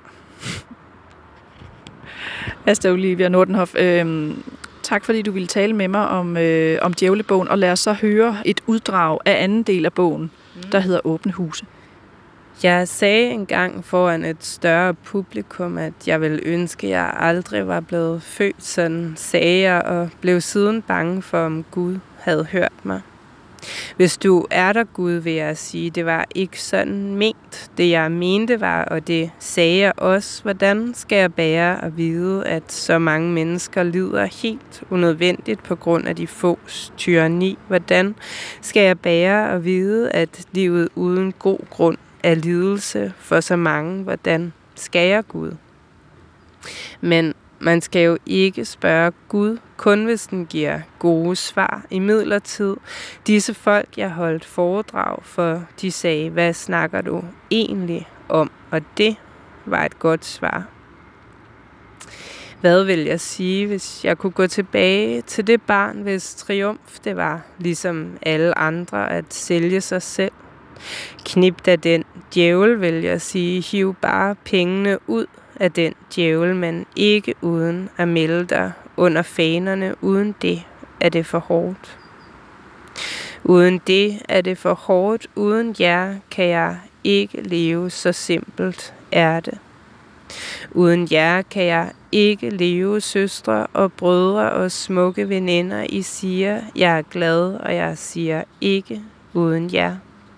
Asta Olivia Nordenhof, øh, tak fordi du ville tale med mig om, øh, om Djævlebogen, og lad os så høre et uddrag af anden del af bogen, mm. der hedder Åbne Huse. Jeg sagde engang foran et større publikum, at jeg ville ønske, at jeg aldrig var blevet født sådan, sagde jeg, og blev siden bange for, om Gud havde hørt mig. Hvis du er der, Gud, vil jeg sige, det var ikke sådan ment. Det jeg mente var, og det sagde jeg også, hvordan skal jeg bære at vide, at så mange mennesker lider helt unødvendigt på grund af de fås tyranni? Hvordan skal jeg bære at vide, at livet uden god grund er lidelse for så mange? Hvordan skal jeg, Gud? Men man skal jo ikke spørge Gud, kun hvis den giver gode svar. Imidlertid, disse folk, jeg holdt foredrag for, de sagde, hvad snakker du egentlig om? Og det var et godt svar. Hvad vil jeg sige, hvis jeg kunne gå tilbage til det barn, hvis triumf det var, ligesom alle andre, at sælge sig selv? Knip da den djævel, vil jeg sige, hiv bare pengene ud af den djævel, men ikke uden at melde dig under fanerne. Uden det er det for hårdt. Uden det er det for hårdt. Uden jer kan jeg ikke leve, så simpelt er det. Uden jer kan jeg ikke leve, søstre og brødre og smukke veninder. I siger, jeg er glad, og jeg siger ikke uden jer.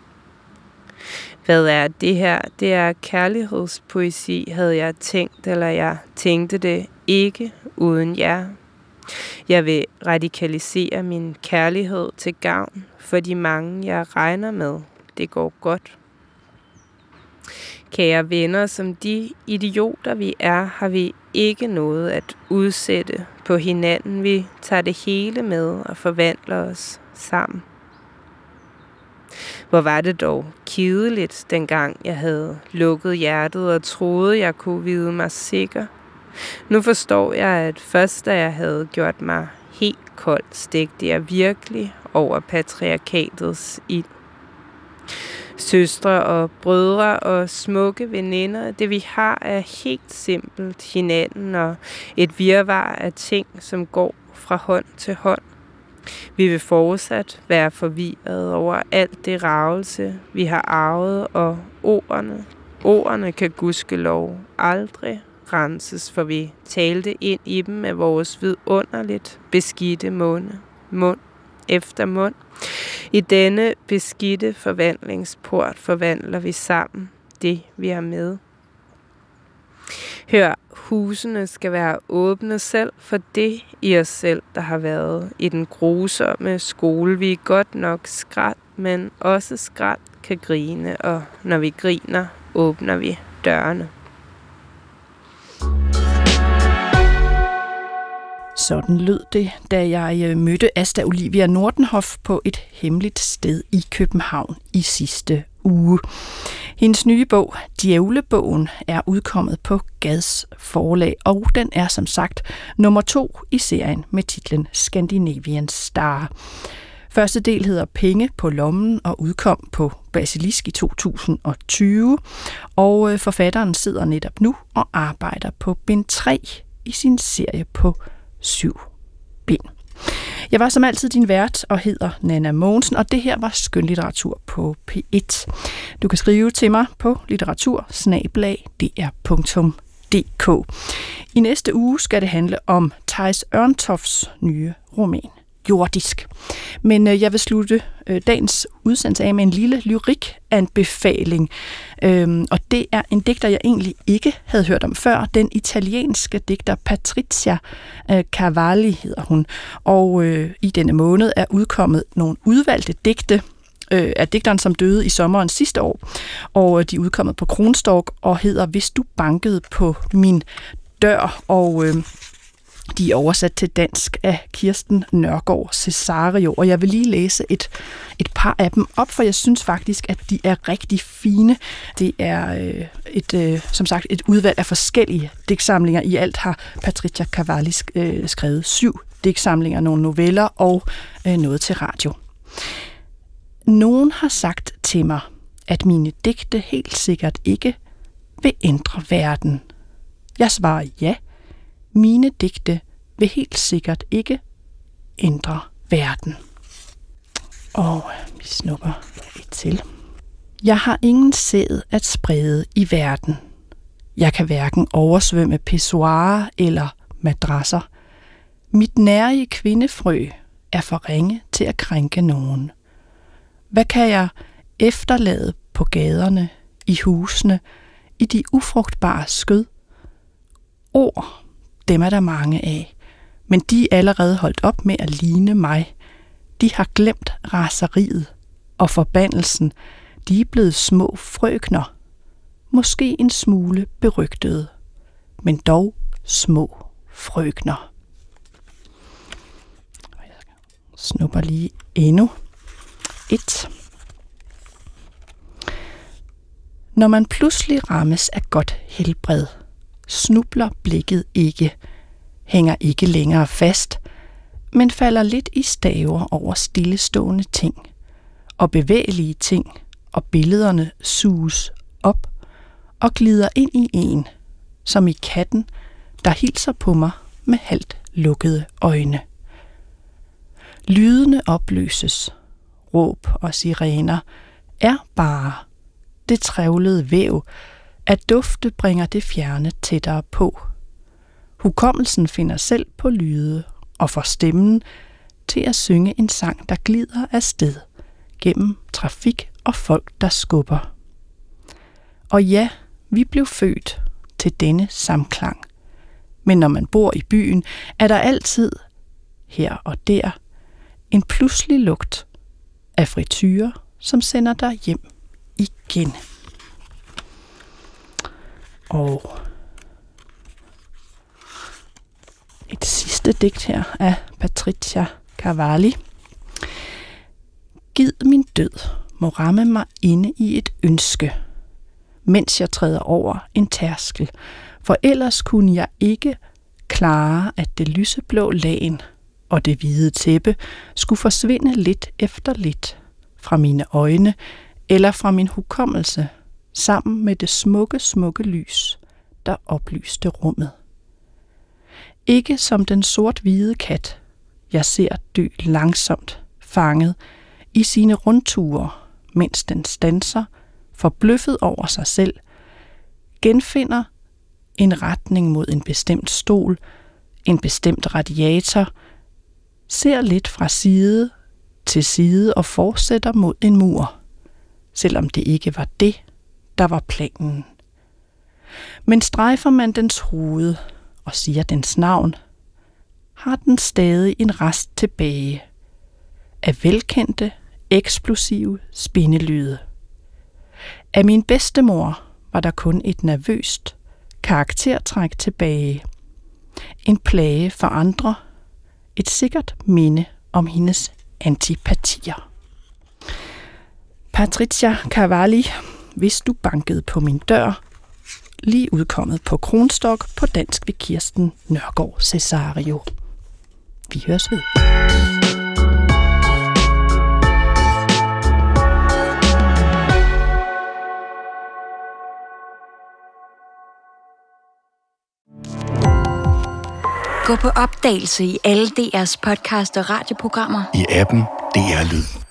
Hvad er det her? Det er kærlighedspoesi, havde jeg tænkt, eller jeg tænkte det ikke uden jer. Jeg vil radikalisere min kærlighed til gavn for de mange, jeg regner med. Det går godt. Kære venner, som de idioter vi er, har vi ikke noget at udsætte på hinanden. Vi tager det hele med og forvandler os sammen. Hvor var det dog kedeligt, dengang jeg havde lukket hjertet og troede, jeg kunne vide mig sikker. Nu forstår jeg, at først da jeg havde gjort mig helt kold, stegte jeg virkelig over patriarkatets ild. Søstre og brødre og smukke veninder, det vi har er helt simpelt hinanden og et virvar af ting, som går fra hånd til hånd. Vi vil fortsat være forvirret over alt det ravelse, vi har arvet, og ordene, ordene kan gudskelov aldrig renses, for vi talte ind i dem med vores vidunderligt beskidte munde, mund efter mund. I denne beskidte forvandlingsport forvandler vi sammen det, vi er med. Hør, husene skal være åbne selv for det i os selv, der har været i den grusomme skole. Vi er godt nok skræt, men også skræt kan grine, og når vi griner, åbner vi dørene. Sådan lød det, da jeg mødte Asta Olivia Nordenhof på et hemmeligt sted i København i sidste uge. Hendes nye bog, Djævlebogen, er udkommet på Gads forlag, og den er som sagt nummer to i serien med titlen Scandinavian Star. Første del hedder Penge på lommen og udkom på Basilisk i to tusind og tyve, og forfatteren sidder netop nu og arbejder på bind tre i sin serie på syv bind. Jeg var som altid din vært og hedder Nanna Mogensen, og det her var skønlitteratur på P et. Du kan skrive til mig på litteratur snabel-a d r punktum d k. I næste uge skal det handle om Theis Ørntofts nye roman, Jordisk. Men øh, jeg vil slutte øh, dagens udsendelse af med en lille lyrik-anbefaling. Øhm, og det er en digter, jeg egentlig ikke havde hørt om før. Den italienske digter Patrizia øh, Cavalli hedder hun. Og øh, i denne måned er udkommet nogle udvalgte digte øh, af digteren, som døde i sommeren sidste år. Og øh, de er udkommet på Kronstork og hedder Hvis du bankede på min dør. Og Øh, De er oversat til dansk af Kirsten Nørgaard Cesario, og jeg vil lige læse et, et par af dem op, for jeg synes faktisk, at de er rigtig fine. Det er øh, et, øh, som sagt et udvalg af forskellige digtsamlinger. I alt har Patrizia Cavalli øh, skrevet syv digtsamlinger, nogle noveller og øh, noget til radio. Nogen har sagt til mig, at mine digte helt sikkert ikke vil ændre verden. Jeg svarer ja. Mine digte vil helt sikkert ikke ændre verden. Og vi snupper et til. Jeg har ingen sæd at sprede i verden. Jeg kan hverken oversvømme pissoirer eller madrasser. Mit nærige kvindefrø er for ringe til at krænke nogen. Hvad kan jeg efterlade på gaderne, i husene, i de ufrugtbare skød? Ord, dem er der mange af, men de er allerede holdt op med at ligne mig. De har glemt raseriet og forbandelsen. De er blevet små frøkner, måske en smule berygtede, men dog små frøkner. Jeg snupper lige endnu et. Når man pludselig rammes af godt helbred, snubler blikket ikke, hænger ikke længere fast, men falder lidt i staver over stillestående ting, og bevægelige ting, og billederne suges op og glider ind i en, som i katten, der hilser på mig med halvt lukkede øjne. Lydene opløses, råb og sirener er bare det trævlede væv, at dufte bringer det fjerne tættere på. Hukommelsen finder selv på lyde og får stemmen til at synge en sang, der glider afsted gennem trafik og folk, der skubber. Og ja, vi blev født til denne samklang. Men når man bor i byen, er der altid, her og der, en pludselig lugt af frityre, som sender dig hjem igen. Og et sidste digt her af Patrizia Cavalli. Gid min død må ramme mig inde i et ønske, mens jeg træder over en tærskel, for ellers kunne jeg ikke klare, at det lyseblå lagen og det hvide tæppe skulle forsvinde lidt efter lidt fra mine øjne eller fra min hukommelse, sammen med det smukke, smukke lys, der oplyste rummet. Ikke som den sort-hvide kat, jeg ser dø langsomt, fanget i sine rundture, mens den standser, forbløffet over sig selv, genfinder en retning mod en bestemt stol, en bestemt radiator, ser lidt fra side til side og fortsætter mod en mur, selvom det ikke var det, der var planen. Men strejfer man dens hoved og siger dens navn, har den stadig en rest tilbage af velkendte, eksplosive spindelyde. Af min bedstemor var der kun et nervøst karaktertræk tilbage. En plage for andre, et sikkert minde om hendes antipatier. Patrizia Cavalli, Hvis du bankede på min dør, lige udkommet på Kronstok på dansk ved Kirsten Nørgaard Cesario. Vi høres ved. Gå på opdagelse i alle D R's podcast og radioprogrammer. I appen D R Lyd.